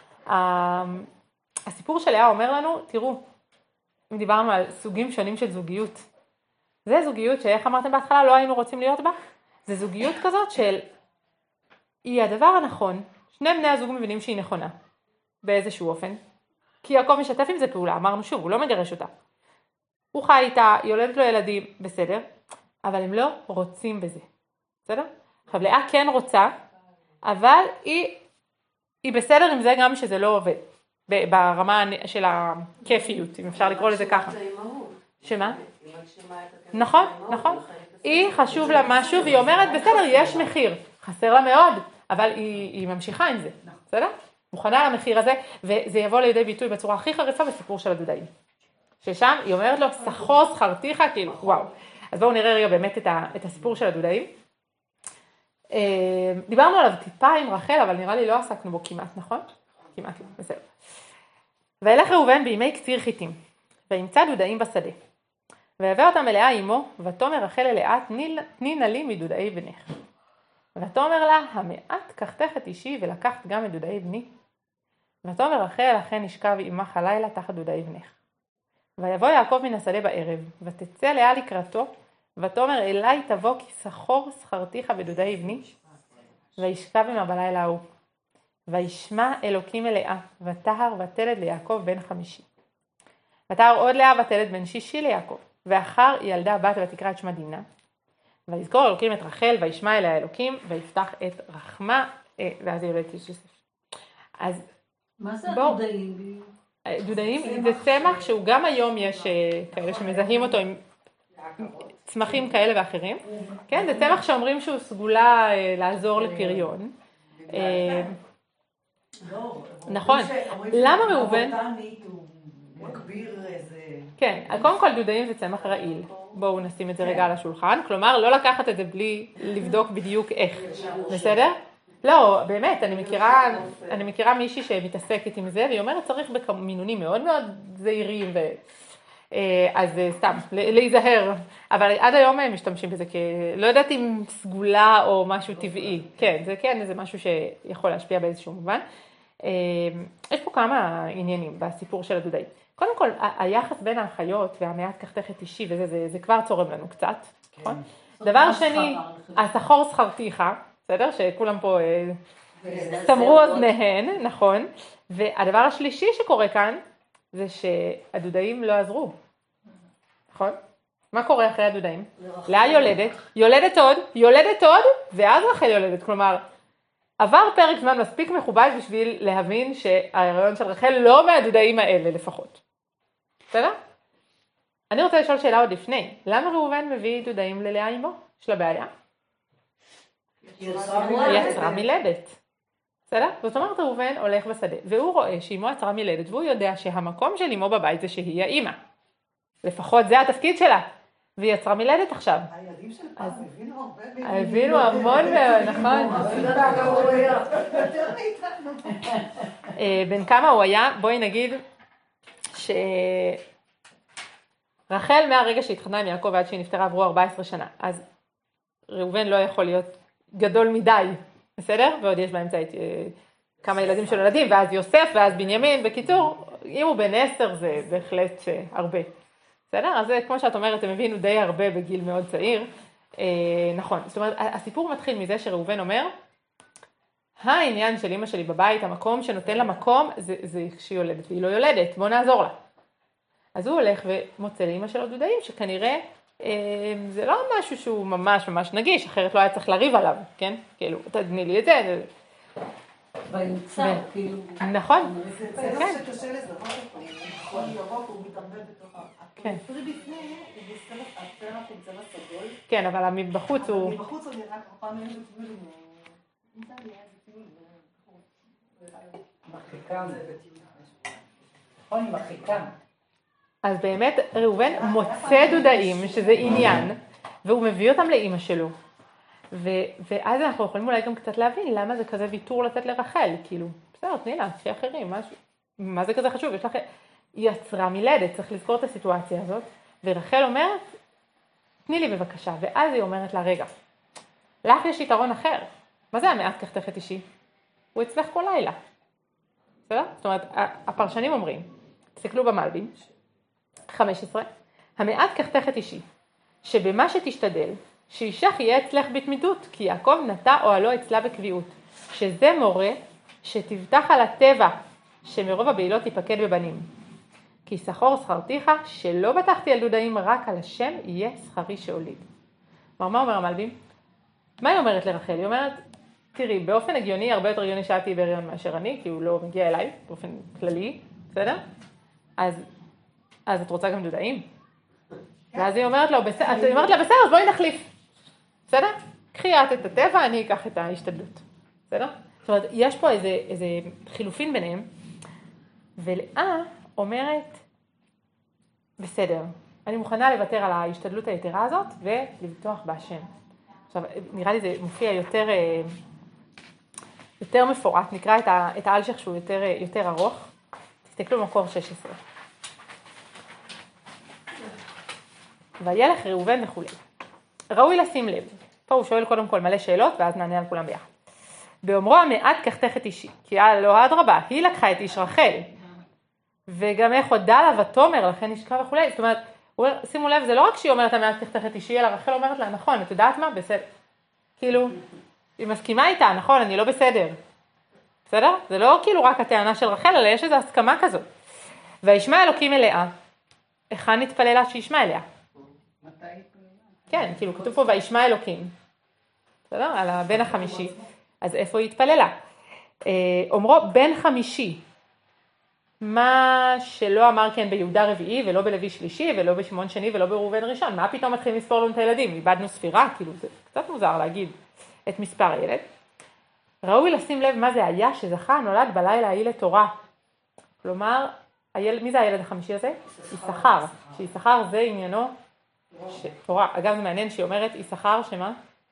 שהסיפור של לאה אומר לנו, תראו, אם דיברנו על סוגים שונים של זוגיות, זה זוגיות שאיך אמרתם בהתחלה, לא היינו רוצים להיות בה? זה זוגיות כזאת של, היא הדבר הנכון, שני בני הזוג מבינים שהיא נכונה, באיזשהו אופן, כי יעקב משתף עם זה פעולה, אמרנו שוב, הוא לא מגרש אותה. הוא חי איתה, היא יולדת לו ילדים, בסדר, אבל הם לא רוצים בזה, בסדר? עכשיו, לאה כן רוצה, אבל היא בסדר עם זה גם שזה לא עובד, ברמה של הכיפיות, אם אפשר לקרוא לזה ככה. שמה? נכון, נכון. היא חשוב לה משהו, והיא אומרת, בסדר, יש מחיר, חסר לה מאוד, אבל היא ממשיכה עם זה, בסדר? מוכנה למחיר הזה, וזה יבוא לידי ביטוי בצורה הכי חריפה בסיפור של הדודאים. ששם היא אומרת לו, שכור שכרתיך, כאילו, וואו. אז בואו נראה רגע באמת את הסיפור של הדודאים. דיברנו עליו טיפה עם רחל, אבל נראה לי לא עסקנו בו כמעט, נכון? כמעט לא, בסדר. וילך ראובן בימי קציר חיטים, וימצא דודאים בשדה. ויבא אותם אליה אמו, ותאמר רחל אליה, תני נא לי מדודאי בנך. ותאמר לה, המעט קחתך את אישי ולקחת גם את דודאי בני. ותאמר רחל, אכן נשכב עמך הלילה תחת דודאי בנך. ויבוא יעקב מן השדה בערב, ותצא לאה לקראתו, ותאמר אליי תבוא כי שכור שכרתיך בדודאי בני. וישכב עמה בלילה ההוא. וישמע אלוקים אליה, ותהר ותלד ליעקב בן 50. ותהר עוד לאה ותלד בן 6 ליעקב. ואחר ילדה בת ותקרא את שמה דינה. ויזכור אלוקים את רחל, וישמע אליה אלוקים, ויפתח את רחמה, ואז יולדת את יוסף. אז מה זה הדודאים? דודאים זה צמח שהוא גם היום יש כאלה שמזהים אותו עם צמחים כאלה ואחרים. כן, זה צמח שאומרים שהוא סגולה לעזור לפריון. נכון. למה ראובן? כן, קודם כל דודאים זה צמח רעיל. בואו נשים את זה רגע על השולחן. כלומר, לא לקחת את זה בלי לבדוק בדיוק איך. בסדר? לא, באמת, אני מכירה מישהי שמתעסקת עם זה, והיא אומרת צריך במינונים מאוד מאוד זהירים, אז סתם, להיזהר. אבל עד היום הם משתמשים בזה לא יודעת אם סגולה או משהו טבעי. כן, זה משהו שיכול להשפיע באיזשהו מובן. יש פה כמה עניינים בסיפור של הדודאים. קודם כל, היחס בין החיות והמעט כחתכת אישי, וזה כבר צורם לנו קצת, נכון? דבר שני, השחור שכרתיך, בסדר? שכולם פה סמרו אוזניהן, נכון? והדבר השלישי שקורה כאן, זה שהדודאים לא עזרו, נכון? מה קורה אחרי הדודאים? לאה יולדת עוד, ואז רחל יולדת, כלומר, עבר פרק זמן מספיק מכובד בשביל להבין שההיריון של רחל לא מהדודאים האלה לפחות. בסדר? אני רוצה לשאול שאלה עוד לפני. למה ראובן מביא דודאים ללאה אמו? יש לה בעיה? היא יצרה מלדת. בסדר? זאת אומרת ראובן הולך בשדה, והוא רואה שאמו יצרה מלדת, והוא יודע שהמקום של אמו בבית זה שהיא האמא. לפחות זה התפקיד שלה. והיא יצרה מלדת עכשיו. הילדים של פעם הבינו הרבה. הבינו המון מאוד, נכון. בין כמה הוא היה, בואי נגיד שרחל מהרגע שהתחתנה עם יעקב ועד שהיא נפטרה עברו 14 שנה. אז ראובן לא יכול להיות גדול מדי, בסדר? ועוד יש באמצע כמה ילדים של ילדים, ואז יוסף ואז בנימין. בקיצור, אם הוא בן 10 זה בהחלט הרבה. בסדר? אז כמו שאת אומרת, הם הבינו די הרבה בגיל מאוד צעיר. נכון. זאת אומרת, הסיפור מתחיל מזה שראובן אומר, העניין של אמא שלי בבית, המקום שנותן לה מקום, זה כשהיא יולדת, והיא לא יולדת, בוא נעזור לה. אז הוא הולך ומוצא לאמא שלו דודאים, שכנראה זה לא משהו שהוא ממש ממש נגיש, אחרת לא היה צריך לריב עליו, כן? כאילו, תדני לי את זה. ויוצא, כאילו. נכון. זה לא שקשה לזהות אותו, הוא ירוק, הוא מתערבב בתוך כן. פרי בפני, הוא בסלף, הצלח עם צבע סגול. כן, אבל מבחוץ הוא... מבחוץ הוא נראה ככה פעם אין מחיקם. נכון, מחיקם. אז באמת ראובן מוצא דודאים, שזה עניין, והוא מביא אותם לאמא שלו. ואז אנחנו יכולים אולי גם קצת להבין למה זה כזה ויתור לתת לרחל, כאילו, בסדר, תני לה, שיהיה אחרים, מה זה כזה חשוב? יש לך... היא יצרה מלדת, צריך לזכור את הסיטואציה הזאת, ורחל אומרת, תני לי בבקשה, ואז היא אומרת לה, רגע, לך יש יתרון אחר, מה זה המעט כחתכת אישי? הוא אצלך כל לילה, בסדר? זאת אומרת, הפרשנים אומרים, תסתכלו במלבים, 15, המעט כחתכת אישי, שבמה שתשתדל, שישך יהיה אצלך בתמידות, כי יעקב נטע אוהלו אצלה בקביעות, שזה מורה שתבטח על הטבע, שמרוב הבעילות תיפקד בבנים. כי שכור שכרתיך, שלא בטחתי על דודאים, רק על השם יהיה שכרי שהוליד. מה אומר המלבים? מה היא אומרת לרחל? היא אומרת, תראי, באופן הגיוני, הרבה יותר הגיוני שאת תהיי בהיריון מאשר אני, כי הוא לא מגיע אליי, באופן כללי, בסדר? אז את רוצה גם דודאים? ואז היא אומרת לה, בסדר, אז בואי נחליף. בסדר? קחי את את הטבע, אני אקח את ההשתדלות. בסדר? זאת אומרת, יש פה איזה חילופין ביניהם, ולאה אומרת, בסדר, אני מוכנה לוותר על ההשתדלות היתרה הזאת, ולבטוח בהשם. עכשיו, נראה לי זה מופיע יותר מפורט, נקרא את האלשך שהוא יותר ארוך. תסתכלו במקור 16. וילך ראובן וכו'. ראוי לשים לב. פה הוא שואל קודם כל מלא שאלות, ואז נענה על כולם ביחד. באומרו המעט כחתכת אישי, כי לא אדרבה, היא לקחה את איש רחל, וגם איך הודה לה ותאמר, לכן נשקע וכו'. זאת אומרת, שימו לב, זה לא רק שהיא אומרת המעט כחתכת אישי, אלא רחל אומרת לה, נכון, את יודעת מה? בסדר. כאילו, היא מסכימה איתה, נכון, אני לא בסדר. בסדר? זה לא כאילו רק הטענה של רחל, אלא יש איזו הסכמה כזאת. וישמע אלוקים אליה, היכן נתפללה שישמע אליה? מתי? כן, כאילו כתוב פה וישמע אלוקים. בסדר? על הבן החמישי. אז איפה היא התפללה? אומרו בן חמישי. מה שלא אמר כן ביהודה רביעי, ולא בלוי שלישי, ולא בשמעון שני, ולא בראובן ראשון. מה פתאום מתחילים לספור לנו את הילדים? איבדנו ספירה, כאילו זה קצת מוזר להגיד את מספר הילד. ראוי לשים לב מה זה היה שזכה נולד בלילה ההיא לתורה. כלומר, מי זה הילד החמישי הזה? יששכר. שיששכר זה עניינו תורה. אגב, זה מעניין שהיא אומרת יששכר שמה?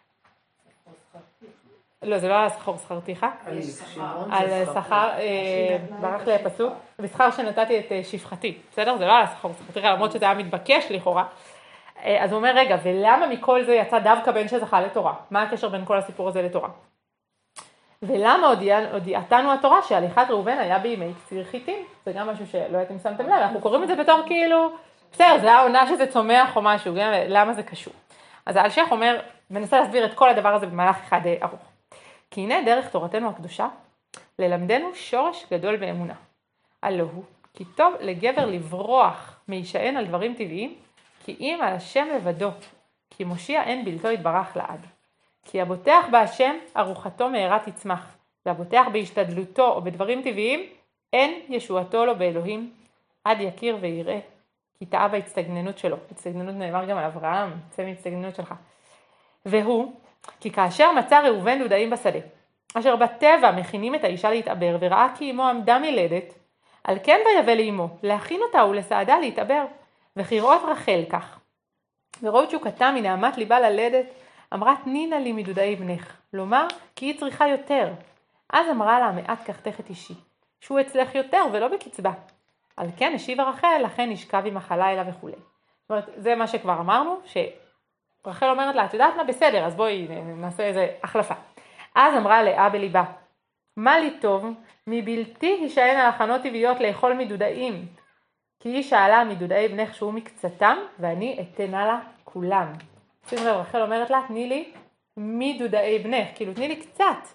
לא, זה לא על שכר שכרתיך. על שכר, ברח לי הפסוק, בשכר שנתתי את שפחתי. בסדר? זה לא על שכר שכרתיך, למרות שזה היה מתבקש לכאורה. אז הוא אומר, רגע, ולמה מכל זה יצא דווקא בן שזכה לתורה? מה הקשר בין כל הסיפור הזה לתורה? ולמה הודיעתנו התורה שהליכת ראובן היה בימי קציר חיטים? זה גם משהו שלא הייתם שמתם לב, אנחנו קוראים את זה בתור כאילו, בסדר, זה העונה שזה צומח או משהו, למה זה קשור? אז האלשיך אומר, מנסה להסביר את כל הדבר הזה במהלך אחד ארוך. כי הנה דרך תורתנו הקדושה, ללמדנו שורש גדול באמונה. הלא הוא, כי טוב לגבר לברוח מישען על דברים טבעיים, כי אם על השם לבדו, כי מושיע אין בלתו יתברך לעד. כי הבוטח בהשם, ארוחתו מהרה תצמח, והבוטח בהשתדלותו או בדברים טבעיים, אין ישועתו לו באלוהים, עד יכיר ויראה, כי טעה בהצטגננות שלו. הצטגננות נאמר גם על אברהם, צא מהצטגננות שלך. והוא, כי כאשר מצא ראובן דודאים בשדה, אשר בטבע מכינים את האישה להתעבר, וראה כי אמו עמדה מלדת, על כן ויבא לאמו, להכין אותה ולסעדה להתעבר, וכראות רחל כך. וראו תשוקתה מנעמת ליבה ללדת, אמרה תנינה לי מדודאי בנך, לומר כי היא צריכה יותר. אז אמרה לה מעט קחתך את אישי, שהוא אצלך יותר ולא בקצבה. על כן השיבה רחל, לכן נשכב עם הלילה וכו'. זאת אומרת, זה מה שכבר אמרנו, שרחל אומרת לה, את יודעת מה? בסדר, אז בואי נעשה איזה החלפה. אז אמרה לאה בליבה, מה לי טוב, מבלתי הישען על הכנות טבעיות לאכול מדודאים, כי היא שאלה מדודאי בנך שהוא מקצתם, ואני אתנה לה כולם. שימו לב, רחל אומרת לה, תני לי מדודאי בנך, כאילו תני לי קצת.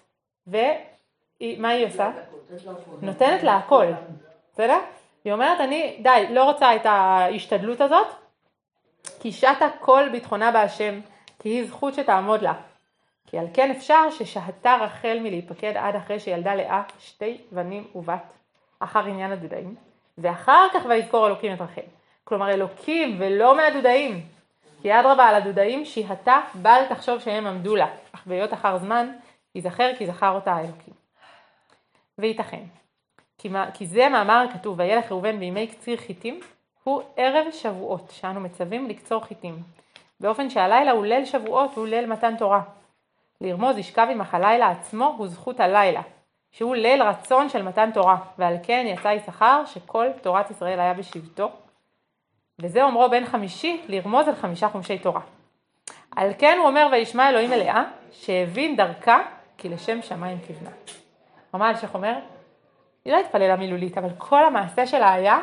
ומה היא עושה? נותנת לה הכל. בסדר? היא אומרת, אני די, לא רוצה את ההשתדלות הזאת, כי שתה כל ביטחונה בהשם, כי היא זכות שתעמוד לה. כי על כן אפשר ששהתה רחל מלהיפקד עד אחרי שילדה לאה 2 בנים ובת, אחר עניין הדודאים, ואחר כך ויזכור אלוקים את רחל. כלומר אלוקים ולא מהדודאים. כי עד רבה על הדודאים שהתה בל תחשוב שהם עמדו לה, אך בהיות אחר זמן יזכר כי זכר אותה האלוקים. וייתכן, כי זה מאמר כתוב, וילך ראובן בימי קציר חיטים, הוא ערב שבועות, שאנו מצווים לקצור חיטים. באופן שהלילה הוא ליל שבועות, הוא ליל מתן תורה. לרמוז ישכב עם הלילה עצמו הוא זכות הלילה, שהוא ליל רצון של מתן תורה, ועל כן יצא יששכר שכל תורת ישראל היה בשבטו, וזה אומרו בן 5 לרמוז על 5 חומשי תורה. על כן הוא אומר וישמע אלוהים אליה, שהבין דרכה כי לשם שמיים כבנה. רמה אלשיך אומר, היא לא התפללה מילולית, אבל כל המעשה שלה היה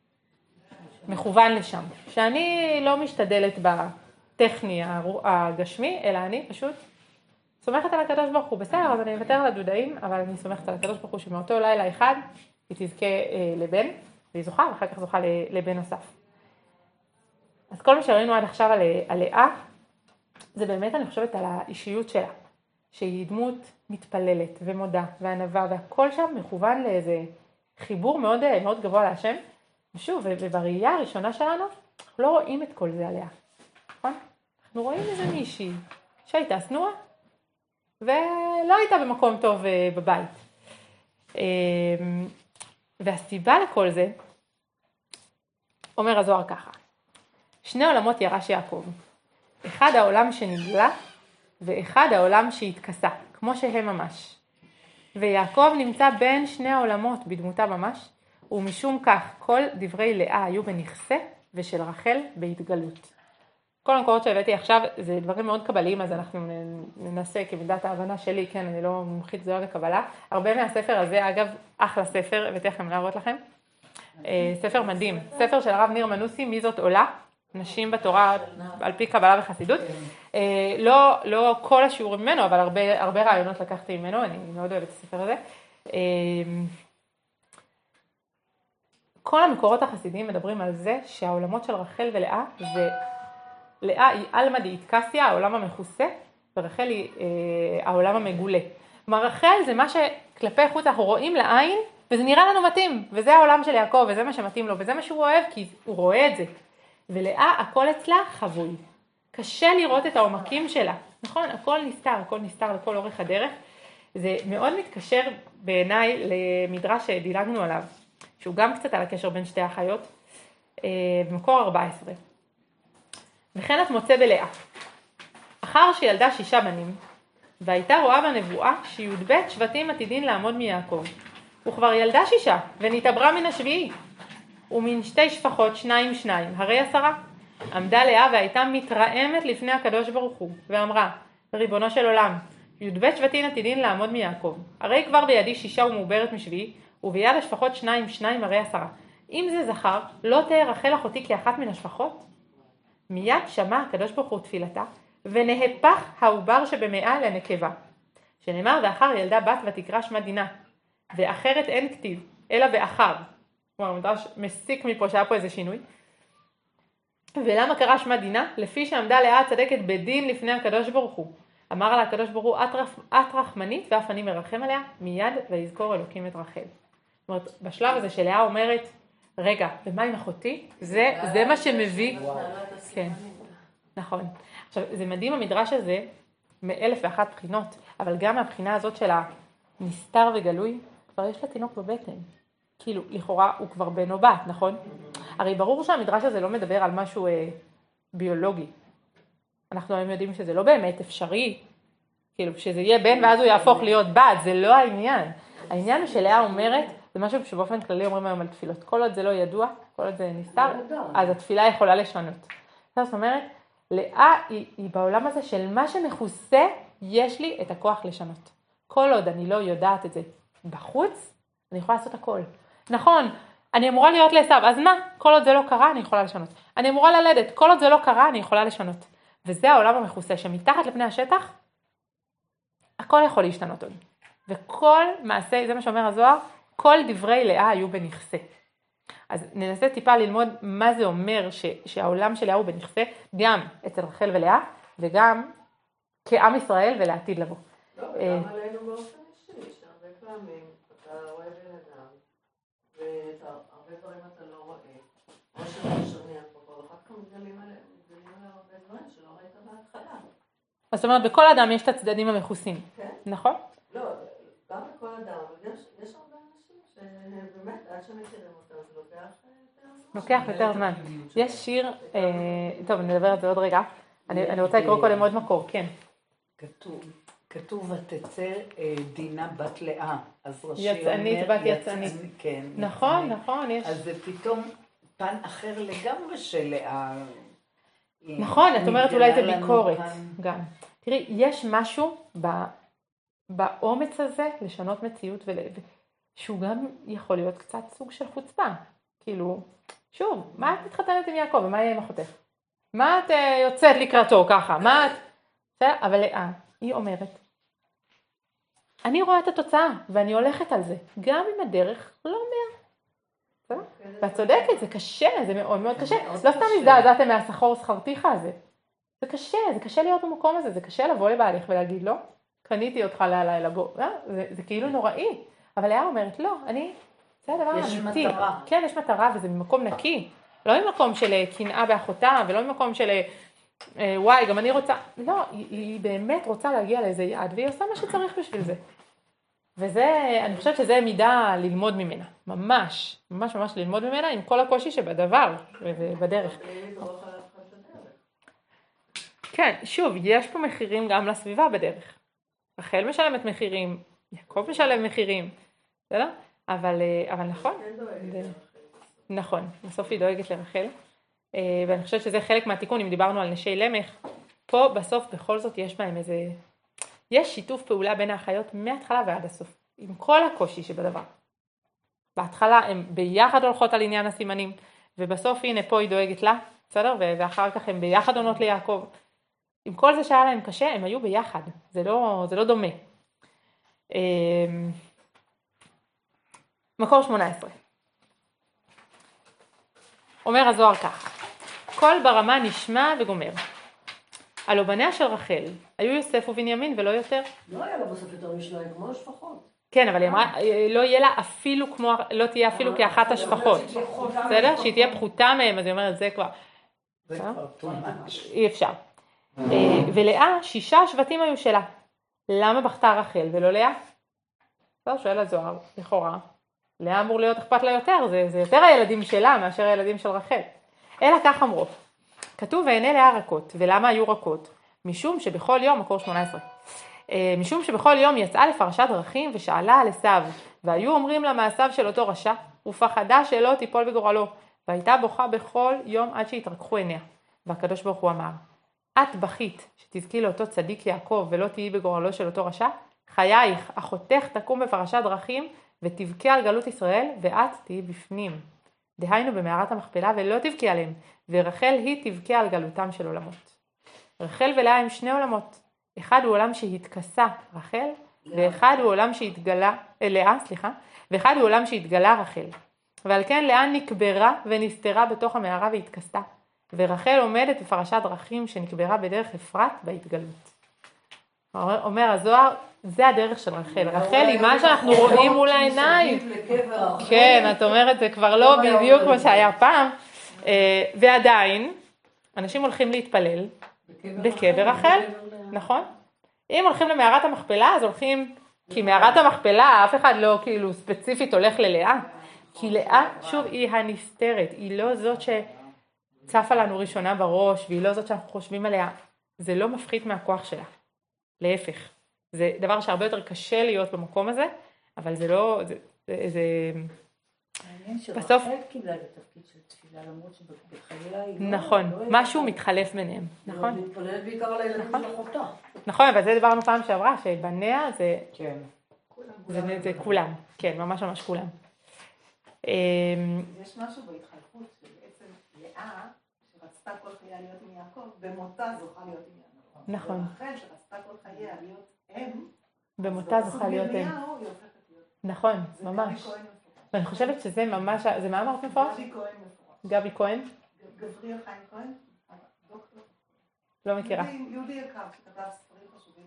מכוון לשם. שאני לא משתדלת בטכני הגשמי, אלא אני פשוט סומכת על הקדוש ברוך הוא. בסדר, אז אני אוותר על הדודאים, אבל אני סומכת על הקדוש ברוך הוא שמאותו לילה אחד היא תזכה לבן, והיא זוכה, ואחר כך זוכה לבן נוסף. אז כל מה שראינו עד עכשיו על לאה, זה באמת אני חושבת על האישיות שלה, שהיא דמות מתפללת ומודה וענבה, והכל שם מכוון לאיזה חיבור מאוד, מאוד גבוה להשם. ושוב, ובראייה הראשונה שלנו, אנחנו לא רואים את כל זה עליה, נכון? אנחנו רואים איזה מישהי שהייתה שנואה, ולא הייתה במקום טוב בבית. והסיבה לכל זה, אומר הזוהר ככה, 2 עולמות ירש יעקב, אחד העולם שנגלה, ואחד העולם שהתכסה, כמו שהם ממש. ויעקב נמצא בין 2 העולמות בדמותה ממש, ומשום כך כל דברי לאה היו בנכסה, ושל רחל בהתגלות. כל המקורות שהבאתי עכשיו זה דברים מאוד קבליים, אז אנחנו ננסה כמידת ההבנה שלי, כן, אני לא מומחית זוהר לקבלה. הרבה מהספר הזה, אגב, אחלה ספר, ותכף להראות לכם. ספר מדהים, ספר של הרב ניר מנוסי, מי זאת עולה? נשים בתורה על פי קבלה וחסידות. לא כל השיעורים ממנו, אבל הרבה רעיונות לקחתי ממנו, אני מאוד אוהבת את הספר הזה. כל המקורות החסידיים מדברים על זה שהעולמות של רחל ולאה זה לאה היא אלמא דאיטקסיה, העולם המכוסה, ורחל היא העולם המגולה. כלומר, רחל זה מה שכלפי חוץ אנחנו רואים לעין וזה נראה לנו מתאים, וזה העולם של יעקב, וזה מה שמתאים לו, וזה מה שהוא אוהב, כי הוא רואה את זה. ולאה, הכל אצלה חבוי. קשה לראות את העומקים שלה. נכון? הכל נסתר לכל אורך הדרך. זה מאוד מתקשר בעיניי למדרש שדילגנו עליו, שהוא גם קצת על הקשר בין שתי האחיות, במקור 14. וכן את מוצא בלאה. אחר שילדה 6 בנים, והייתה רואה בנבואה שי"ב שבטים עתידין לעמוד מיעקב. וכבר ילדה 6, ונתעברה מן השביעי. ומן 2 שפחות 2, הרי 10. עמדה לאה והייתה מתרעמת לפני הקדוש ברוך הוא, ואמרה, ריבונו של עולם, י"ב שבטים עתידין לעמוד מיעקב. הרי כבר בידי 6 ומעוברת משביעי, וביד השפחות 2, הרי 10. אם זה זכר, לא תהיה רחל אחותי כאחת מן השפחות? מיד שמע הקדוש ברוך הוא תפילתה, ונהפך העובר שבמאה לנקבה. שנאמר, ואחר ילדה בת ותקרא שמה דינה, ואחרת אין כתיב, אלא ואחר. כלומר, מדרש מסיק מפה שהיה פה איזה שינוי. ולמה קרא שמה דינה? לפי שעמדה לאה הצדקת בדין לפני הקדוש ברוך הוא. אמר לה הקדוש ברוך הוא, את רחמנית ואף אני מרחם עליה, מיד ויזכור אלוקים את רחל. זאת אומרת, בשלב הזה שלאה אומרת, רגע, ומה עם אחותי? זה מה שמביא. כן, נכון. עכשיו, זה מדהים המדרש הזה, מ1,001 בחינות, אבל גם מהבחינה הזאת של הנסתר וגלוי, כבר יש לה תינוק בבטן. כאילו, לכאורה הוא כבר בן או בת, נכון? הרי ברור שהמדרש הזה לא מדבר על משהו ביולוגי. אנחנו היום יודעים שזה לא באמת אפשרי, כאילו, שזה יהיה בן ואז הוא יהפוך להיות בת, זה לא העניין. העניין הוא שלאה אומרת, זה משהו שבאופן כללי אומרים היום על תפילות, כל עוד זה לא ידוע, כל עוד זה נסתר, אז התפילה יכולה לשנות. זאת אומרת, לאה היא בעולם הזה של מה שמכוסה, יש לי את הכוח לשנות. כל עוד אני לא יודעת את זה בחוץ, אני יכולה לעשות הכל. נכון, אני אמורה להיות לעשב, אז מה? כל עוד זה לא קרה, אני יכולה לשנות. אני אמורה ללדת, כל עוד זה לא קרה, אני יכולה לשנות. וזה העולם המכוסה, שמתחת לפני השטח, הכל יכול להשתנות עוד. וכל מעשה, זה מה שאומר הזוהר, כל דברי לאה היו בנכסה. אז ננסה טיפה ללמוד מה זה אומר שהעולם של לאה הוא בנכסה, גם אצל רחל ולאה, וגם כעם ישראל ולעתיד לבוא. לא, וגם עלינו באופן אישי, שהרבה פעמים אתה רואה בן אדם, והרבה דברים אתה לא רואה, או שאתה שומע פה, ואחר כך מתגלים עליהם הרבה דברים שלא ראית בהתחלה. זאת אומרת, בכל אדם יש את הצדדים המכוסים, נכון? לא, גם בכל אדם, אבל יש הרבה אנשים שבאמת, עד שמכירים אותם, זה לוקח יותר זמן. יש שיר, טוב, נדבר על זה עוד רגע, אני רוצה לקרוא קודם עוד מקור, כן. כתוב ותצא דינה בת לאה, אז רש"י יצאנית בת יצאנית. כן. נכון, יש. אז זה פתאום פן אחר לגמרי של לאה. נכון, את אומרת אולי זה ביקורת גם. תראי, יש משהו באומץ הזה לשנות מציאות שהוא גם יכול להיות קצת סוג של חוצפה. כאילו, שוב, מה את מתחתנת עם יעקב ומה יהיה עם אחותך? מה את יוצאת לקראתו ככה? מה את... אבל לאה, היא אומרת, אני רואה את התוצאה ואני הולכת על זה, גם אם הדרך לא אומר. ואת צודקת, זה קשה, זה מאוד מאוד קשה. לא סתם הזדעזעתם מהשכור שכרתיך הזה. זה קשה להיות במקום הזה, זה קשה לבוא לבעלך ולהגיד לו, קניתי אותך להלילה בוא. זה כאילו נוראי. אבל לאה אומרת, לא, זה הדבר האמיתי. יש מטרה. כן, יש מטרה וזה ממקום נקי. לא ממקום של קנאה באחותה ולא ממקום של וואי, גם אני רוצה. לא, היא באמת רוצה להגיע לאיזה יעד והיא עושה מה שצריך בשביל זה. וזה, אני חושבת שזה מידה ללמוד ממנה. ממש ללמוד ממנה עם כל הקושי שבדבר ובדרך. כן, שוב, יש פה מחירים גם לסביבה בדרך. רחל משלמת מחירים, יעקב משלם מחירים, בסדר? אבל נכון. נכון, בסוף היא דואגת לרחל. ואני חושבת שזה חלק מהתיקון, אם דיברנו על נשי למך, פה בסוף בכל זאת יש בהם יש שיתוף פעולה בין האחיות מההתחלה ועד הסוף, עם כל הקושי שבדבר. בהתחלה הן ביחד הולכות על עניין הסימנים, ובסוף הנה פה היא דואגת לה, בסדר? ואחר כך הן ביחד עונות ליעקב. עם כל זה שהיה להם קשה, הם היו ביחד, זה לא דומה. מקור 18. אומר הזוהר כך, כל ברמה נשמע וגומר. הלא בניה של רחל, היו יוסף ובנימין ולא יותר. לא היה לו בסוף יותר משניים, כמו השפחות. כן, אבל היא אמרה, לא יהיה לה אפילו כמו, לא תהיה אפילו כאחת השפחות. בסדר? שהיא תהיה פחותה מהם, אז היא אומרת, זה כבר. זה כבר תומש. אי אפשר. ולאה, 6 שבטים היו שלה. למה בכתה רחל ולא לאה? לא, שואל הזוהר, לכאורה. לאה אמור להיות אכפת לה יותר, זה יותר הילדים שלה מאשר הילדים של רחל. אלא כך אמרו. כתוב והנה לאה רכות, ולמה היו רכות? משום שבכל יום, מקור 18, משום שבכל יום יצאה לפרשת דרכים ושאלה על עשיו, והיו אומרים לה מעשיו של אותו רשע, ופחדה שלא תיפול בגורלו, והייתה בוכה בכל יום עד שהתרככו עיניה. והקדוש ברוך הוא אמר, את בכית שתזכי לאותו צדיק יעקב ולא תהיי בגורלו של אותו רשע, חייך, אחותך תקום בפרשת דרכים ותבכה על גלות ישראל, ואת תהיי בפנים. דהיינו במערת המכפלה ולא תבכי עליהם, ורחל היא תבכה על גלותם של עולמות. רחל ולאה הם 2 עולמות. אחד הוא עולם שהתכסה רחל, ואחד הוא עולם שהתגלה, לאה, סליחה, ואחד הוא עולם שהתגלה רחל. ועל כן לאה נקברה ונסתרה בתוך המערה והתכסתה, ורחל עומדת בפרשת דרכים שנקברה בדרך אפרת בהתגלות. אומר הזוהר, זה הדרך של רחל. רחל היא מה שאנחנו רואים מול העיניים. כן, את אומרת, זה כבר לא בדיוק כמו שהיה פעם. ועדיין, אנשים הולכים להתפלל בקבר רחל, נכון? אם הולכים למערת המכפלה, אז הולכים, כי מערת המכפלה, אף אחד לא כאילו ספציפית הולך ללאה. כי לאה, שוב, היא הנסתרת, היא לא זאת שצפה לנו ראשונה בראש, והיא לא זאת שאנחנו חושבים עליה. זה לא מפחית מהכוח שלה. להפך. זה דבר שהרבה יותר קשה להיות במקום הזה, אבל זה לא, זה מעניין שרחל קיבלה את התפקיד של תפילה, למרות שבחייה היא לא... נכון, משהו מתחלף ביניהם, נכון? היא מתפללת בעיקר על הילדים של אחותה. נכון, אבל זה דיברנו פעם שעברה, שבניה זה כולם, כן, ממש ממש כולם. יש משהו בהתחלפות שבעצם לאה, שרצתה כל חייה להיות עם יעקב, במותה זוכה להיות עם יעקב. נכון. ולכן שרצתה כל חייה להיות אם, במותה זוכה להיות אם. נכון, ממש. ואני חושבת שזה ממש, זה מה אמרת מפורש? גבי כהן מפורש. גבי כהן? גבריאל חיים כהן, דוקטור. לא מכירה. יהודי יקר, שכתב ספרים חשובים.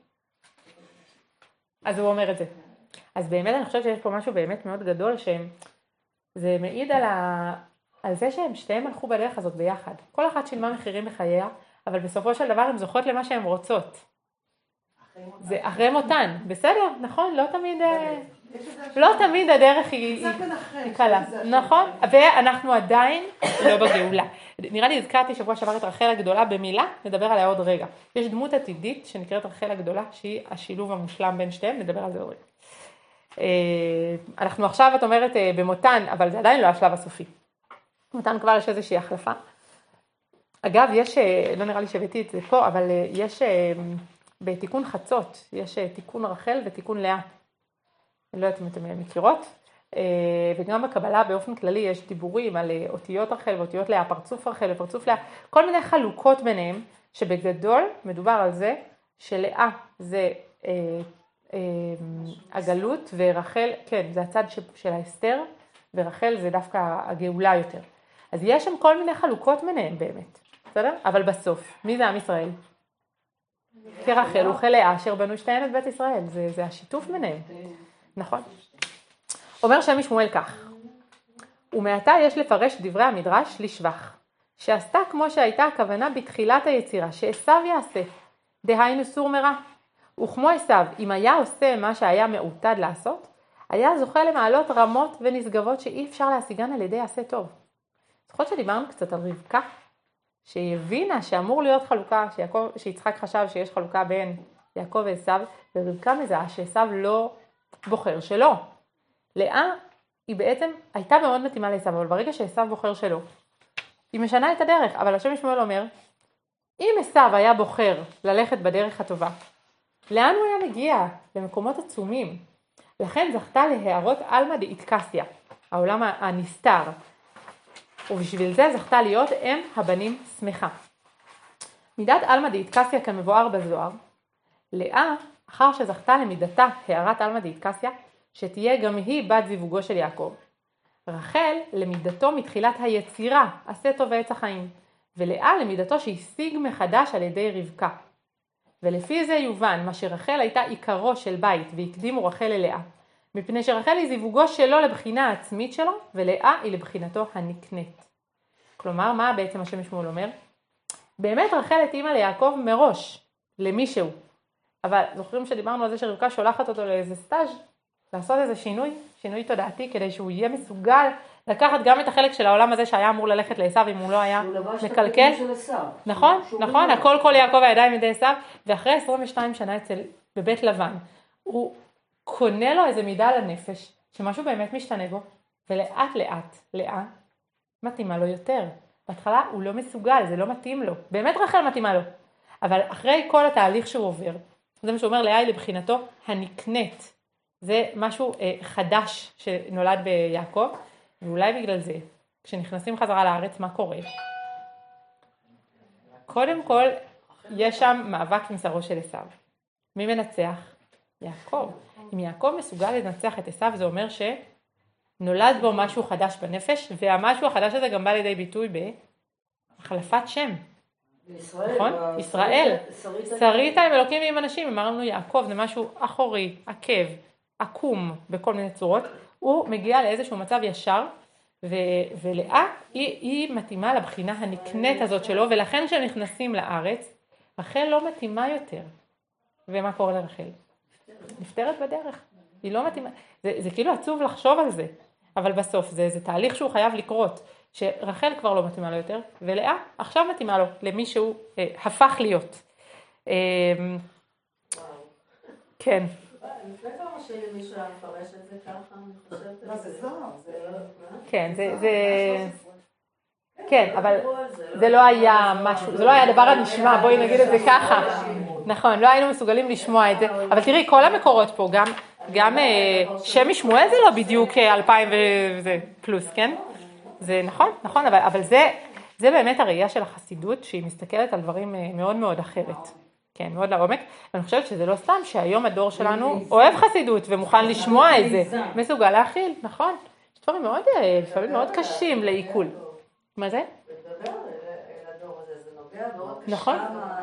אז הוא אומר את זה. אז באמת אני חושבת שיש פה משהו באמת מאוד גדול, שזה מעיד על זה שהם שתיהם הלכו בדרך הזאת ביחד. כל אחת שילמה מחירים בחייה, אבל בסופו של דבר הן זוכות למה שהן רוצות. זה אחרי מותן, בסדר, נכון, לא תמיד הדרך היא קלה, נכון, ואנחנו עדיין לא בגאולה. נראה לי הזכרתי שבוע שעבר את רחל הגדולה במילה, נדבר עליה עוד רגע. יש דמות עתידית שנקראת רחל הגדולה, שהיא השילוב המושלם בין שתיהם, נדבר על זה עוד רגע. אנחנו עכשיו, את אומרת, במותן, אבל זה עדיין לא השלב הסופי. במותן כבר יש איזושהי החלפה. אגב, יש, לא נראה לי שהבאתי את זה פה, אבל יש בתיקון חצות, יש תיקון רחל ותיקון לאה. אני לא יודעת אם אתם מכירות. וגם בקבלה באופן כללי יש דיבורים על אותיות רחל ואותיות לאה, פרצוף רחל ופרצוף לאה, כל מיני חלוקות ביניהם, שבגדול מדובר על זה שלאה זה הגלות ורחל, כן, זה הצד של האסתר, ורחל זה דווקא הגאולה יותר. אז יש שם כל מיני חלוקות ביניהם באמת, בסדר? אבל בסוף, מי זה עם ישראל? כרחל וכלאה אשר בנו שתיהן את בית ישראל, זה השיתוף ביניהם, נכון? אומר שם משמואל כך, ומעתה יש לפרש דברי המדרש לשבח, שעשתה כמו שהייתה הכוונה בתחילת היצירה, שעשיו יעשה, דהיינו סור מרע, וכמו עשיו, אם היה עושה מה שהיה מעוטד לעשות, היה זוכה למעלות רמות ונשגבות שאי אפשר להשיגן על ידי עשה טוב. זוכות שדיברנו קצת על רבקה, שהיא הבינה שאמור להיות חלוקה, שיצחק חשב שיש חלוקה בין יעקב ועשיו, ורבקה מזהה שעשיו לא בוחר שלו. לאה היא בעצם הייתה מאוד מתאימה לעשיו, אבל ברגע שעשיו בוחר שלו, היא משנה את הדרך. אבל השם משמואל אומר, אם עשיו היה בוחר ללכת בדרך הטובה, לאן הוא היה מגיע? למקומות עצומים. לכן זכתה להערות אלמא דאיטקסיה, העולם הנסתר. ובשביל זה זכתה להיות אם הבנים שמחה. מידת אלמא דאיטקסיה כמבואר בזוהר, לאה, אחר שזכתה למידתה הערת אלמא דאיטקסיה, שתהיה גם היא בת זיווגו של יעקב. רחל למידתו מתחילת היצירה, עשה טוב ועץ החיים, ולאה למידתו שהשיג מחדש על ידי רבקה. ולפי זה יובן מה שרחל הייתה עיקרו של בית והקדימו רחל ללאה, מפני שרחל היא זיווגו שלו לבחינה העצמית שלו, ולאה היא לבחינתו הנקנית. כלומר, מה בעצם השם שמואל אומר? באמת רחל התאימה ליעקב מראש, למישהו. אבל זוכרים שדיברנו על זה שרבקה שולחת אותו לאיזה סטאז' לעשות איזה שינוי תודעתי, כדי שהוא יהיה מסוגל לקחת גם את החלק של העולם הזה שהיה אמור ללכת לעשיו אם הוא לא היה מקלקל. נכון, נכון, כל יעקב הידיים ידי עשיו, ואחרי 22 שנה בבית לבן, הוא קונה לו איזה מידה לנפש, שמשהו באמת משתנה בו, ולאט לאט, לאה, מתאימה לו יותר. בהתחלה הוא לא מסוגל, זה לא מתאים לו. באמת רחל מתאימה לו. אבל אחרי כל התהליך שהוא עובר, זה מה שהוא אומר, לאה היא לבחינתו הנקנית. זה משהו חדש שנולד ביעקב, ואולי בגלל זה, כשנכנסים חזרה לארץ, מה קורה? קודם כל, יש שם מאבק עם שרו של עשיו. מי מנצח? יעקב. אם יעקב מסוגל לנצח את עשיו, זה אומר שנולד בו משהו חדש בנפש, והמשהו החדש הזה גם בא לידי ביטוי בהחלפת שם. נכון? ישראל. שרית עם אלוקים ועם אנשים, אמרנו יעקב, זה משהו אחורי, עקב, עקום בכל מיני צורות. הוא מגיע לאיזשהו מצב ישר, ולאה היא מתאימה לבחינה הנקנית הזאת שלו, ולכן כשנכנסים לארץ, רחל לא מתאימה יותר. ומה קורה לרחל? נפטרת בדרך. היא לא מתאימה. זה כאילו עצוב לחשוב על זה, אבל בסוף זה תהליך שהוא חייב לקרות, שרחל כבר לא מתאימה לו יותר, ולאה עכשיו מתאימה לו, למי שהוא הפך להיות. כן. לפני כמה שלי מישהו היה מפרש את זה ככה, אני חושבת... מה זה זוהר? כן, כן, אבל זה לא היה משהו, זה לא היה דבר הנשמע, בואי נגיד את זה ככה. נכון, לא היינו מסוגלים לשמוע את זה, אבל תראי, כל המקורות פה, גם שם משמואל זה לא בדיוק 2000 וזה פלוס, כן? זה נכון, אבל זה באמת הראייה של החסידות, שהיא מסתכלת על דברים מאוד מאוד אחרת. כן, מאוד לעומק. ואני חושבת שזה לא סתם שהיום הדור שלנו אוהב חסידות ומוכן לשמוע את זה. מסוגל להכיל, נכון. יש דברים לפעמים מאוד קשים לעיכול. מה זה? לדבר לדור הזה, זה נוגע מאוד קשה. נכון.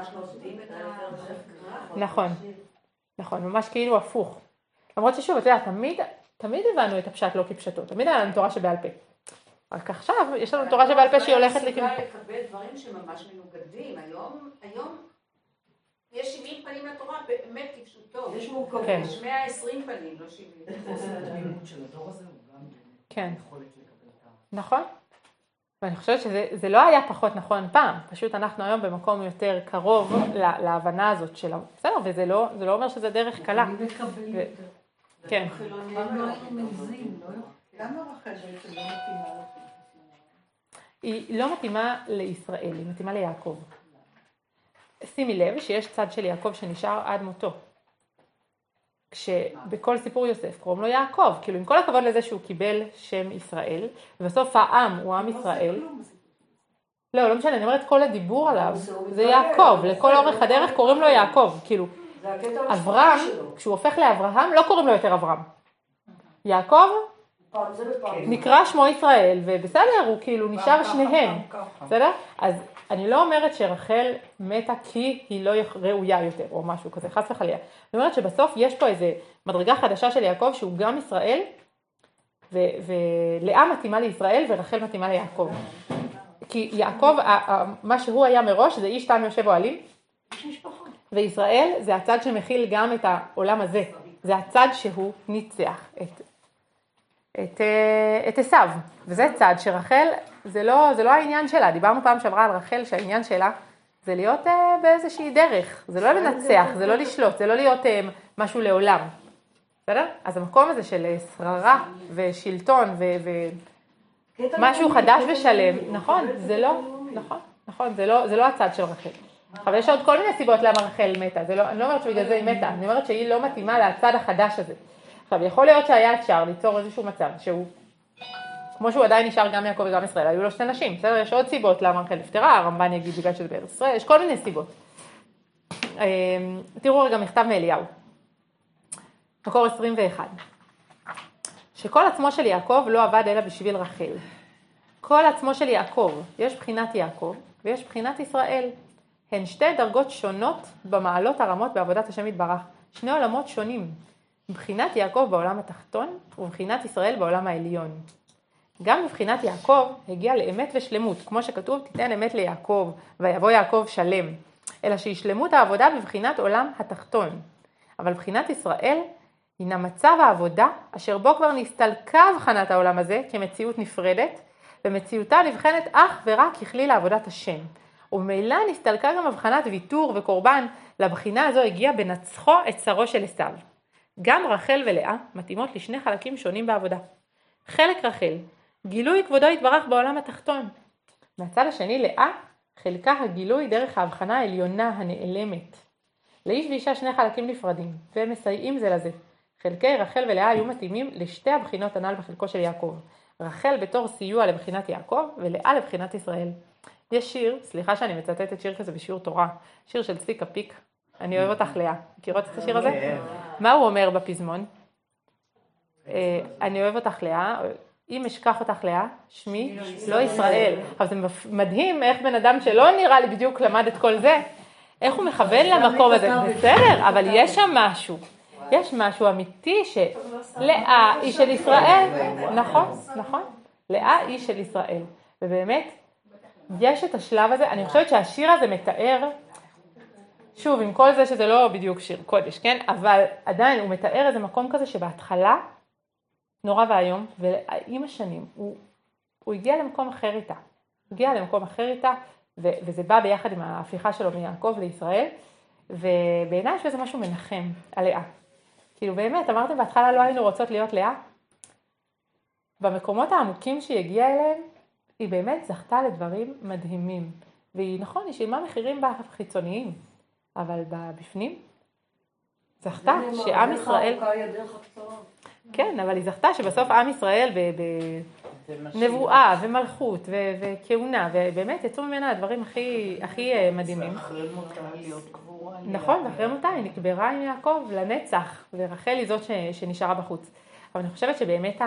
נכון, ממש כאילו הפוך. למרות ששוב, אתה יודע, תמיד הבנו את הפשט לא כפשטו. תמיד היה לנו תורה שבעל פה. רק עכשיו יש לנו תורה שבעל פה שהיא הולכת לכיוון. לקבל דברים שממש מנוגדים. היום יש 70 פנים לתורה, באמת כפשוטו. יש מורכבות, יש 120 פנים, לא 70. התמימות של הדור הזה הוא גם יכולת לקבל אותה. נכון. ואני חושבת שזה לא היה פחות נכון פעם. פשוט אנחנו היום במקום יותר קרוב להבנה הזאת שלה. בסדר, וזה לא אומר שזה דרך קלה. אני מקבל יותר. כן. למה רחל בעצם לא מתאימה לכם? היא לא מתאימה לישראל, היא מתאימה ליעקב. שימי לב שיש צד של יעקב שנשאר עד מותו. כשבכל סיפור יוסף קוראים לו יעקב, כאילו עם כל הכבוד לזה שהוא קיבל שם ישראל, ובסוף העם הוא עם ישראל. לא משנה, אני אומרת כל הדיבור עליו, זה יעקב, לכל אורך הדרך קוראים לו יעקב, כאילו אברהם, כשהוא הופך לאברהם, לא קוראים לו יותר אברהם. יעקב נקרא שמו ישראל, ובסדר, הוא כאילו נשאר שניהם, בסדר? אז אני לא אומרת שרחל מתה כי היא לא ראויה יותר, או משהו כזה, חס וחלילה. אני אומרת שבסוף יש פה איזה מדרגה חדשה של יעקב, שהוא גם ישראל, ולאה מתאימה לישראל, ורחל מתאימה ליעקב. כי יעקב, מה שהוא היה מראש, זה איש תם יושב אוהלים, וישראל זה הצד שמכיל גם את העולם הזה. זה הצד שהוא ניצח את עשיו, וזה צד שרחל, זה לא העניין שלה. דיברנו פעם שעברה על רחל, שהעניין שלה זה להיות באיזושהי דרך, זה לא לנצח, זה לא לשלוט, זה לא להיות משהו לעולם. בסדר? אז המקום הזה של שררה ושלטון ומשהו חדש ושלם, נכון, זה לא הצד של רחל. אבל יש עוד כל מיני סיבות למה רחל מתה, אני לא אומרת שבגלל זה היא מתה, אני אומרת שהיא לא מתאימה לצד החדש הזה. עכשיו, יכול להיות שהיה אפשר ליצור איזשהו מצב שהוא, כמו שהוא עדיין נשאר גם יעקב וגם ישראל, היו לו שתי נשים, בסדר? יש עוד סיבות למה רחל נפטרה, הרמב"ן יגיד בגלל שזה בארץ ישראל, יש כל מיני סיבות. תראו רגע מכתב מאליהו, מקור 21, שכל עצמו של יעקב לא עבד אלא בשביל רחל. כל עצמו של יעקב, יש בחינת יעקב ויש בחינת ישראל. הן שתי דרגות שונות במעלות הרמות בעבודת השם יתברך. שני עולמות שונים. מבחינת יעקב בעולם התחתון ובבחינת ישראל בעולם העליון. גם בבחינת יעקב הגיע לאמת ושלמות, כמו שכתוב תיתן אמת ליעקב ויבוא יעקב שלם, אלא שהשלמות העבודה בבחינת עולם התחתון. אבל בבחינת ישראל הינה מצב העבודה אשר בו כבר נסתלקה הבחנת העולם הזה כמציאות נפרדת, ומציאותה נבחנת אך ורק ככלי לעבודת השם. וממילא נסתלקה גם הבחנת ויתור וקורבן, לבחינה הזו הגיע בנצחו את שרו של עשיו. גם רחל ולאה מתאימות לשני חלקים שונים בעבודה. חלק רחל, גילוי כבודו יתברך בעולם התחתון. מהצד השני לאה, חלקה הגילוי דרך ההבחנה העליונה הנעלמת. לאיש ואישה שני חלקים נפרדים, והם מסייעים זה לזה. חלקי רחל ולאה היו מתאימים לשתי הבחינות הנ"ל בחלקו של יעקב. רחל בתור סיוע לבחינת יעקב, ולאה לבחינת ישראל. יש שיר, סליחה שאני מצטטת שיר כזה בשיעור תורה, שיר של צביקה פיק, אני אוהב אותך לאה. מכירות את השיר הזה? מה הוא אומר בפזמון? אני אוהב אותך לאה, אם אשכח אותך לאה, שמי לא ישראל. אבל זה מדהים איך בן אדם שלא נראה לי בדיוק למד את כל זה, איך הוא מכוון למקום הזה. בסדר, אבל יש שם משהו. יש משהו אמיתי שלאה היא של ישראל. נכון, נכון. לאה היא של ישראל. ובאמת, יש את השלב הזה, אני חושבת שהשיר הזה מתאר, שוב, עם כל זה שזה לא בדיוק שיר קודש, כן? אבל עדיין הוא מתאר איזה מקום כזה שבהתחלה, נורא והיום, ועם השנים, הוא הגיע למקום אחר איתה. הוא הגיע למקום אחר איתה, וזה בא ביחד עם ההפיכה שלו מיעקב לישראל, ובעיניי יש איזה משהו מנחם על לאה. כאילו באמת, אמרתם בהתחלה לא היינו רוצות להיות לאה. במקומות העמוקים שהיא הגיעה אליהם, היא באמת זכתה לדברים מדהימים. והיא נכון, היא שילמה מחירים בחיצוניים, אבל בפנים זכתה שעם ישראל... כן, אבל היא זכתה שבסוף עם ישראל בנבואה ומלכות וכהונה, ובאמת יצאו ממנה הדברים הכי מדהימים. אחרי מותה להיות קבורה. נכון, ואחרי מותה היא נקברה עם יעקב לנצח, ורחל היא זאת שנשארה בחוץ. אבל אני חושבת שבאמת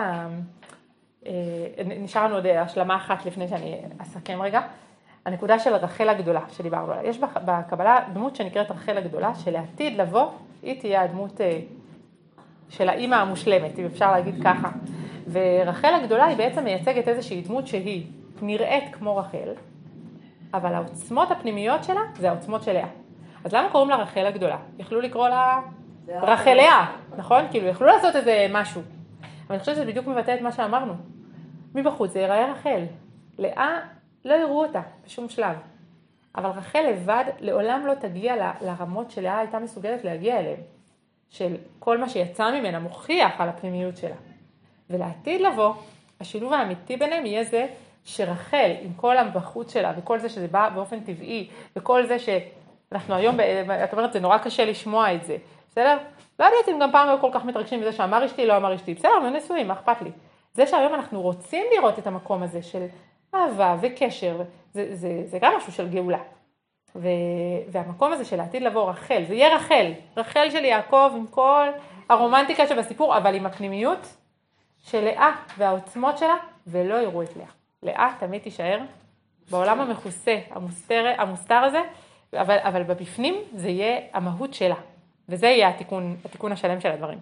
נשאר לנו עוד השלמה אחת לפני שאני אסכם רגע. הנקודה של רחל הגדולה שדיברנו עליה. יש בקבלה דמות שנקראת רחל הגדולה, שלעתיד לבוא היא תהיה הדמות של האמא המושלמת, אם אפשר להגיד ככה. ורחל הגדולה היא בעצם מייצגת איזושהי דמות שהיא נראית כמו רחל, אבל העוצמות הפנימיות שלה זה העוצמות של לאה. אז למה קוראים לה רחל הגדולה? יכלו לקרוא לה רחל לאה, נכון? כאילו יכלו לעשות איזה משהו. אבל אני חושבת שזה בדיוק מבטא את מה שאמרנו. מבחוץ זה ייראה רחל. לאה לא יראו אותה בשום שלב. אבל רחל לבד לעולם לא תגיע לרמות שלאה הייתה מסוגלת להגיע אליהם. של כל מה שיצא ממנה מוכיח על הפנימיות שלה. ולעתיד לבוא, השילוב האמיתי ביניהם יהיה זה שרחל עם כל הבחוץ שלה וכל זה שזה בא באופן טבעי וכל זה שאנחנו היום, את אומרת זה נורא קשה לשמוע את זה, בסדר? לא יודעת אם גם פעם היו כל כך מתרגשים מזה שאמר אשתי, לא אמר אשתי, בסדר, נשואים, מה אכפת לי? זה שהיום אנחנו רוצים לראות את המקום הזה של אהבה וקשר, זה גם משהו של גאולה. והמקום הזה של העתיד לבוא רחל, זה יהיה רחל של יעקב עם כל הרומנטיקה שבסיפור, אבל עם הפנימיות של לאה והעוצמות שלה, ולא יראו את לאה. לאה תמיד תישאר בעולם המכוסה, המוסתר הזה, אבל בפנים זה יהיה המהות שלה, וזה יהיה התיקון השלם של הדברים.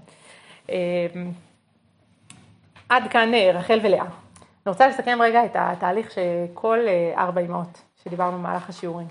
עד כאן רחל ולאה. אני רוצה לסכם רגע את התהליך שכל 4 אמהות שדיברנו במהלך השיעורים.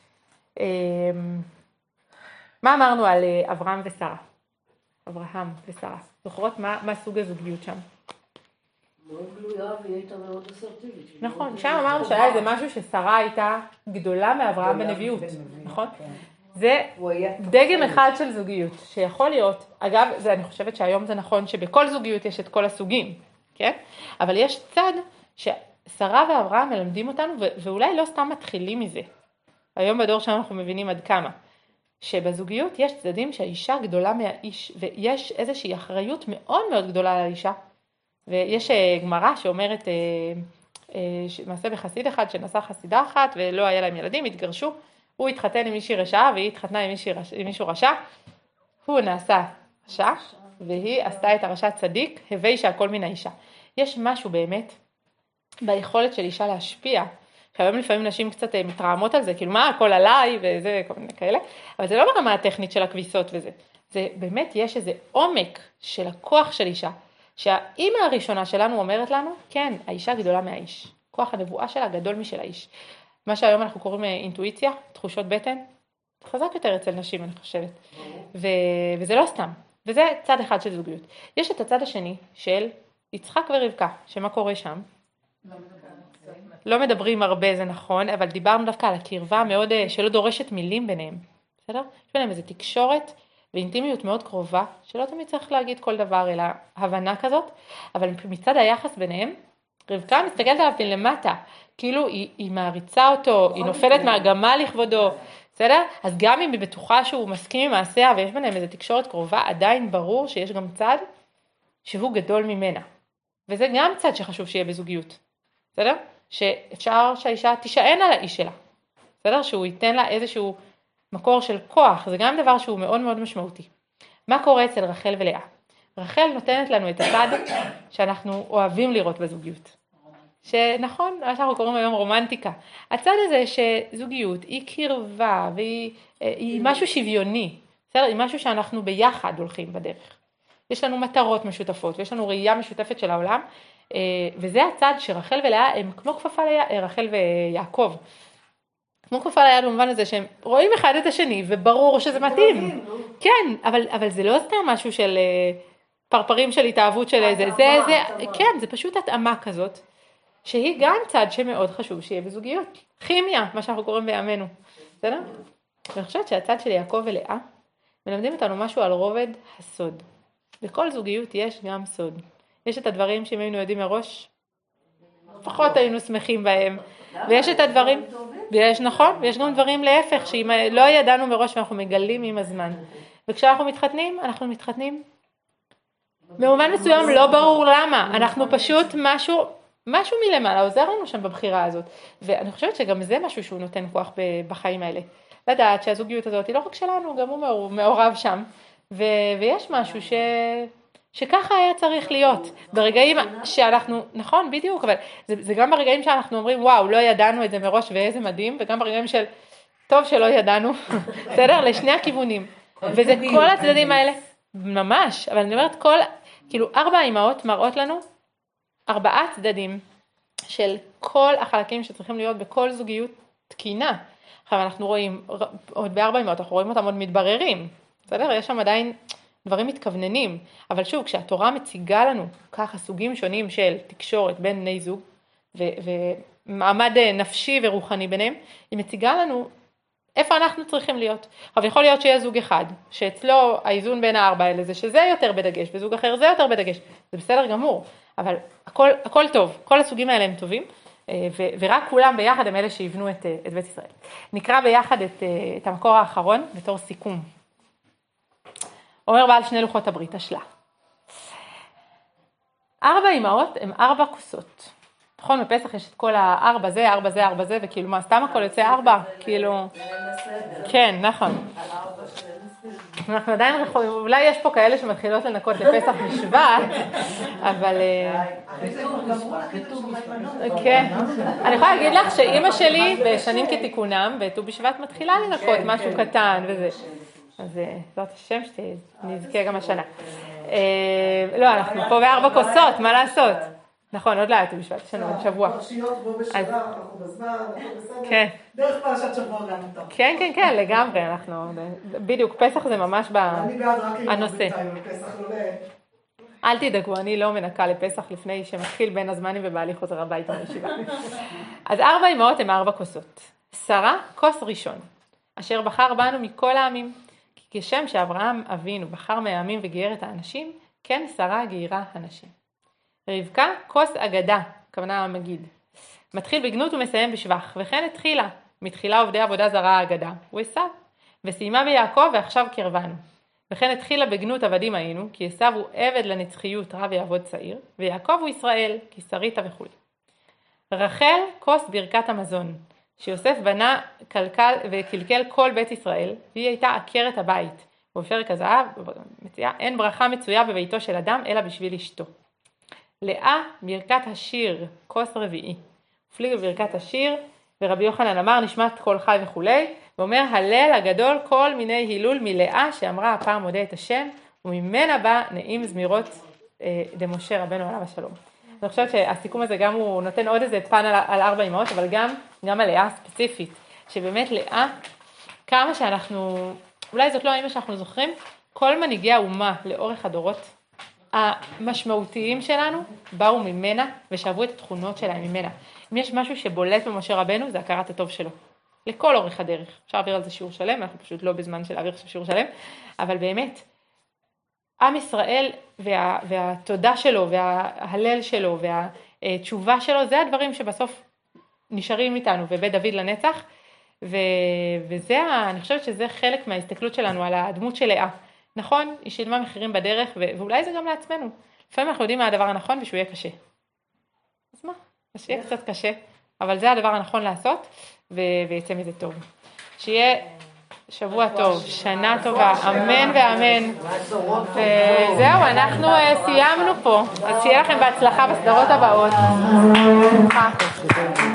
מה אמרנו על אברהם ושרה? אברהם ושרה. זוכרות מה סוג הזוגיות שם? מאוד גלויה והיא הייתה מאוד אסרטיבית. נכון, שם אמרנו שהיה איזה משהו ששרה הייתה גדולה מאברהם בנביאות, נכון? זה דגם אחד של זוגיות, שיכול להיות, אגב, אני חושבת שהיום זה נכון שבכל זוגיות יש את כל הסוגים, כן? אבל יש צד ששרה ואברהם מלמדים אותנו, ואולי לא סתם מתחילים מזה. היום בדור שם אנחנו מבינים עד כמה. שבזוגיות יש צדדים שהאישה גדולה מהאיש, ויש איזושהי אחריות מאוד מאוד גדולה על האישה. ויש גמרא שאומרת, מעשה בחסיד אחד שנשא חסידה אחת, ולא היה להם ילדים, התגרשו, הוא התחתן עם מישהי רשעה, והיא התחתנה עם מישהו רשע, הוא נעשה רשע, והיא עשתה את הרשע צדיק, הווי שהכל מן האישה. יש משהו באמת ביכולת של אישה להשפיע, שהיום לפעמים נשים קצת מתרעמות על זה, כאילו מה, הכל עליי וזה, כל מיני כאלה, אבל זה לא ברמה הטכנית של הכביסות וזה. זה באמת יש איזה עומק של הכוח של אישה, שהאימא הראשונה שלנו אומרת לנו, כן, האישה גדולה מהאיש. כוח הנבואה שלה גדול משל האיש. מה שהיום אנחנו קוראים אינטואיציה, תחושות בטן, חזק יותר אצל נשים, אני חושבת. וזה לא סתם. וזה צד אחד של זוגיות. יש את הצד השני של יצחק ורבקה, שמה קורה שם? לא מדברים הרבה, זה נכון, אבל דיברנו דווקא על הקרבה מאוד שלא דורשת מילים ביניהם. בסדר? יש ביניהם איזו תקשורת ואינטימיות מאוד קרובה, שלא תמיד צריך להגיד כל דבר, אלא הבנה כזאת, אבל מצד היחס ביניהם, רבקה מסתכלת עליו למטה, כאילו היא מעריצה אותו, היא נופלת מהגמה לכבודו, בסדר? אז גם אם היא בטוחה שהוא מסכים עם מעשיה, ויש ביניהם איזו תקשורת קרובה, עדיין ברור שיש גם צד שהוא גדול ממנה. וזה גם צד שחשוב שיהיה בזוגיות, בסדר? שאפשר שהאישה תישען על האיש שלה, בסדר? שהוא ייתן לה איזשהו מקור של כוח, זה גם דבר שהוא מאוד מאוד משמעותי. מה קורה אצל רחל ולאה? רחל נותנת לנו את הצד שאנחנו אוהבים לראות בזוגיות. שנכון, מה שאנחנו קוראים היום רומנטיקה. הצד הזה שזוגיות היא קרבה והיא משהו שוויוני, בסדר? היא משהו שאנחנו ביחד הולכים בדרך. יש לנו מטרות משותפות ויש לנו ראייה משותפת של העולם, וזה הצד שרחל ולאה הם כמו כפפה רחל ויעקב. כמו כפפה ליד במובן הזה שהם רואים אחד את השני וברור שזה מתאים. כן, אבל זה לא סתם משהו של פרפרים של התאהבות של איזה, כן, זה פשוט התאמה כזאת, שהיא גם צד שמאוד חשוב שיהיה בזוגיות. כימיה, מה שאנחנו קוראים בימינו. בסדר? ואני חושבת שהצד של יעקב ולאה מלמדים אותנו משהו על רובד הסוד. בכל זוגיות יש גם סוד. יש את הדברים שאם היינו יודעים מראש, לפחות היינו שמחים בהם. ויש את הדברים, ויש נכון, ויש גם דברים להפך, שאם לא ידענו מראש ואנחנו מגלים עם הזמן. וכשאנחנו מתחתנים, אנחנו מתחתנים. במובן מסוים לא ברור למה, אנחנו פשוט משהו מלמעלה עוזר לנו שם בבחירה הזאת. ואני חושבת שגם זה משהו שהוא נותן כוח בחיים האלה. לדעת שהזוגיות הזאת היא לא רק שלנו, גם הוא מעורב שם. ויש משהו שככה היה צריך להיות. ברגעים שאנחנו, נכון, בדיוק, אבל זה גם ברגעים שאנחנו אומרים, וואו, לא ידענו את זה מראש ואיזה מדהים, וגם ברגעים של, טוב שלא ידענו, בסדר? לשני הכיוונים. וזה כל הצדדים האלה, ממש, אבל אני אומרת, כאילו 4 אימהות מראות לנו 4 צדדים של כל החלקים שצריכים להיות בכל זוגיות תקינה. עכשיו אנחנו רואים, עוד ב4 אימהות, אנחנו רואים אותם עוד מתבררים, בסדר? יש שם עדיין דברים מתכווננים, אבל שוב, כשהתורה מציגה לנו ככה סוגים שונים של תקשורת בין בני זוג, ומעמד נפשי ורוחני ביניהם, היא מציגה לנו איפה אנחנו צריכים להיות. אבל יכול להיות שיהיה זוג אחד, שאצלו האיזון בין 4 האלה זה שזה יותר בדגש, וזוג אחר זה יותר בדגש. זה בסדר גמור, אבל הכל טוב, כל הסוגים האלה הם טובים, ורק כולם ביחד הם אלה שיבנו את בית ישראל. נקרא ביחד את המקור האחרון בתור סיכום. אומר בעל 2 לוחות הברית, השלה. 4 אימהות הם 4 כוסות. נכון, בפסח יש את כל 4 זה, 4 זה, 4 זה, וכאילו מה, סתם הכל יוצא 4? כאילו... כן, נכון. אנחנו עדיין רחוקים, אולי יש פה כאלה שמתחילות לנקות לפסח בשבט, אבל... כן. אני יכולה להגיד לך שאימא שלי בשנים כתיקונם, בט"ו בשבט מתחילה לנקות משהו קטן וזה. אז זאת השם שנזכה גם השנה. לא, אנחנו פה ב4 כוסות, מה לעשות? נכון, עוד לא הייתי בשבט, יש לנו עוד שבוע. פרשיות בו בשבוע, אנחנו בזמן, אנחנו בסדר. כן. דרך פרשת שבוע גם אותם. כן, כן, כן, לגמרי, אנחנו, בדיוק, פסח זה ממש אני בעד רק הנושא. בינתיים, בפסח לא אל תדאגו, אני לא מנקה לפסח לפני שמתחיל בין הזמנים ובעלי חוזר הביתה בישיבה. אז 4 אימהות הם 4 כוסות. שרה, כוס ראשון, אשר בחר בנו מכל העמים. כי כשם שאברהם אבינו בחר מהעמים וגייר את האנשים, כן שרה גיירה הנשים. רבקה, כוס אגדה, כוונה המגיד. מתחיל בגנות ומסיים בשבח, וכן התחילה. מתחילה עובדי עבודה זרה האגדה, הוא עשיו. וסיימה ביעקב ועכשיו קרבנו. וכן התחילה בגנות עבדים היינו, כי עשיו הוא עבד לנצחיות רב יעבוד צעיר, ויעקב הוא ישראל, כי שריתה וכו'. רחל, כוס ברכת המזון, שיוסף בנה וקלקל כל בית ישראל, והיא הייתה עקרת הבית. ובפרק הזהב, אין ברכה מצויה בביתו של אדם, אלא בשביל אשתו. לאה, ברכת השיר, כוס רביעי. פליג בברכת השיר, ורבי יוחנן אמר נשמת כל חי וכולי, ואומר הלל הגדול כל מיני הילול מלאה שאמרה הפעם מודה את השם, וממנה בא נעים זמירות דמשה רבנו עליו השלום. אני חושבת שהסיכום הזה גם הוא נותן עוד איזה פן על 4 אמהות, אבל גם על לאה ספציפית, שבאמת לאה, כמה שאנחנו, אולי זאת לא האמא שאנחנו זוכרים, כל מנהיגי האומה לאורך הדורות, המשמעותיים שלנו באו ממנה ושאבו את התכונות שלהם ממנה. אם יש משהו שבולט במשה רבנו, זה הכרת הטוב שלו. לכל אורך הדרך. אפשר להעביר על זה שיעור שלם, אנחנו פשוט לא בזמן של להעביר שיעור שלם, אבל באמת, עם ישראל והתודה שלו וההלל שלו והתשובה שלו, זה הדברים שבסוף נשארים איתנו ובית דוד לנצח, וזה, אני חושבת שזה חלק מההסתכלות שלנו על הדמות של לאה. נכון, היא שילמה מחירים בדרך, ואולי זה גם לעצמנו. לפעמים אנחנו יודעים מה הדבר הנכון ושהוא יהיה קשה. אז מה? אז שיהיה קצת קשה, אבל זה הדבר הנכון לעשות, ויצא מזה טוב. שיהיה שבוע טוב, שנה טובה, אמן ואמן. וזהו, אנחנו סיימנו פה. אז שיהיה לכם בהצלחה בסדרות הבאות.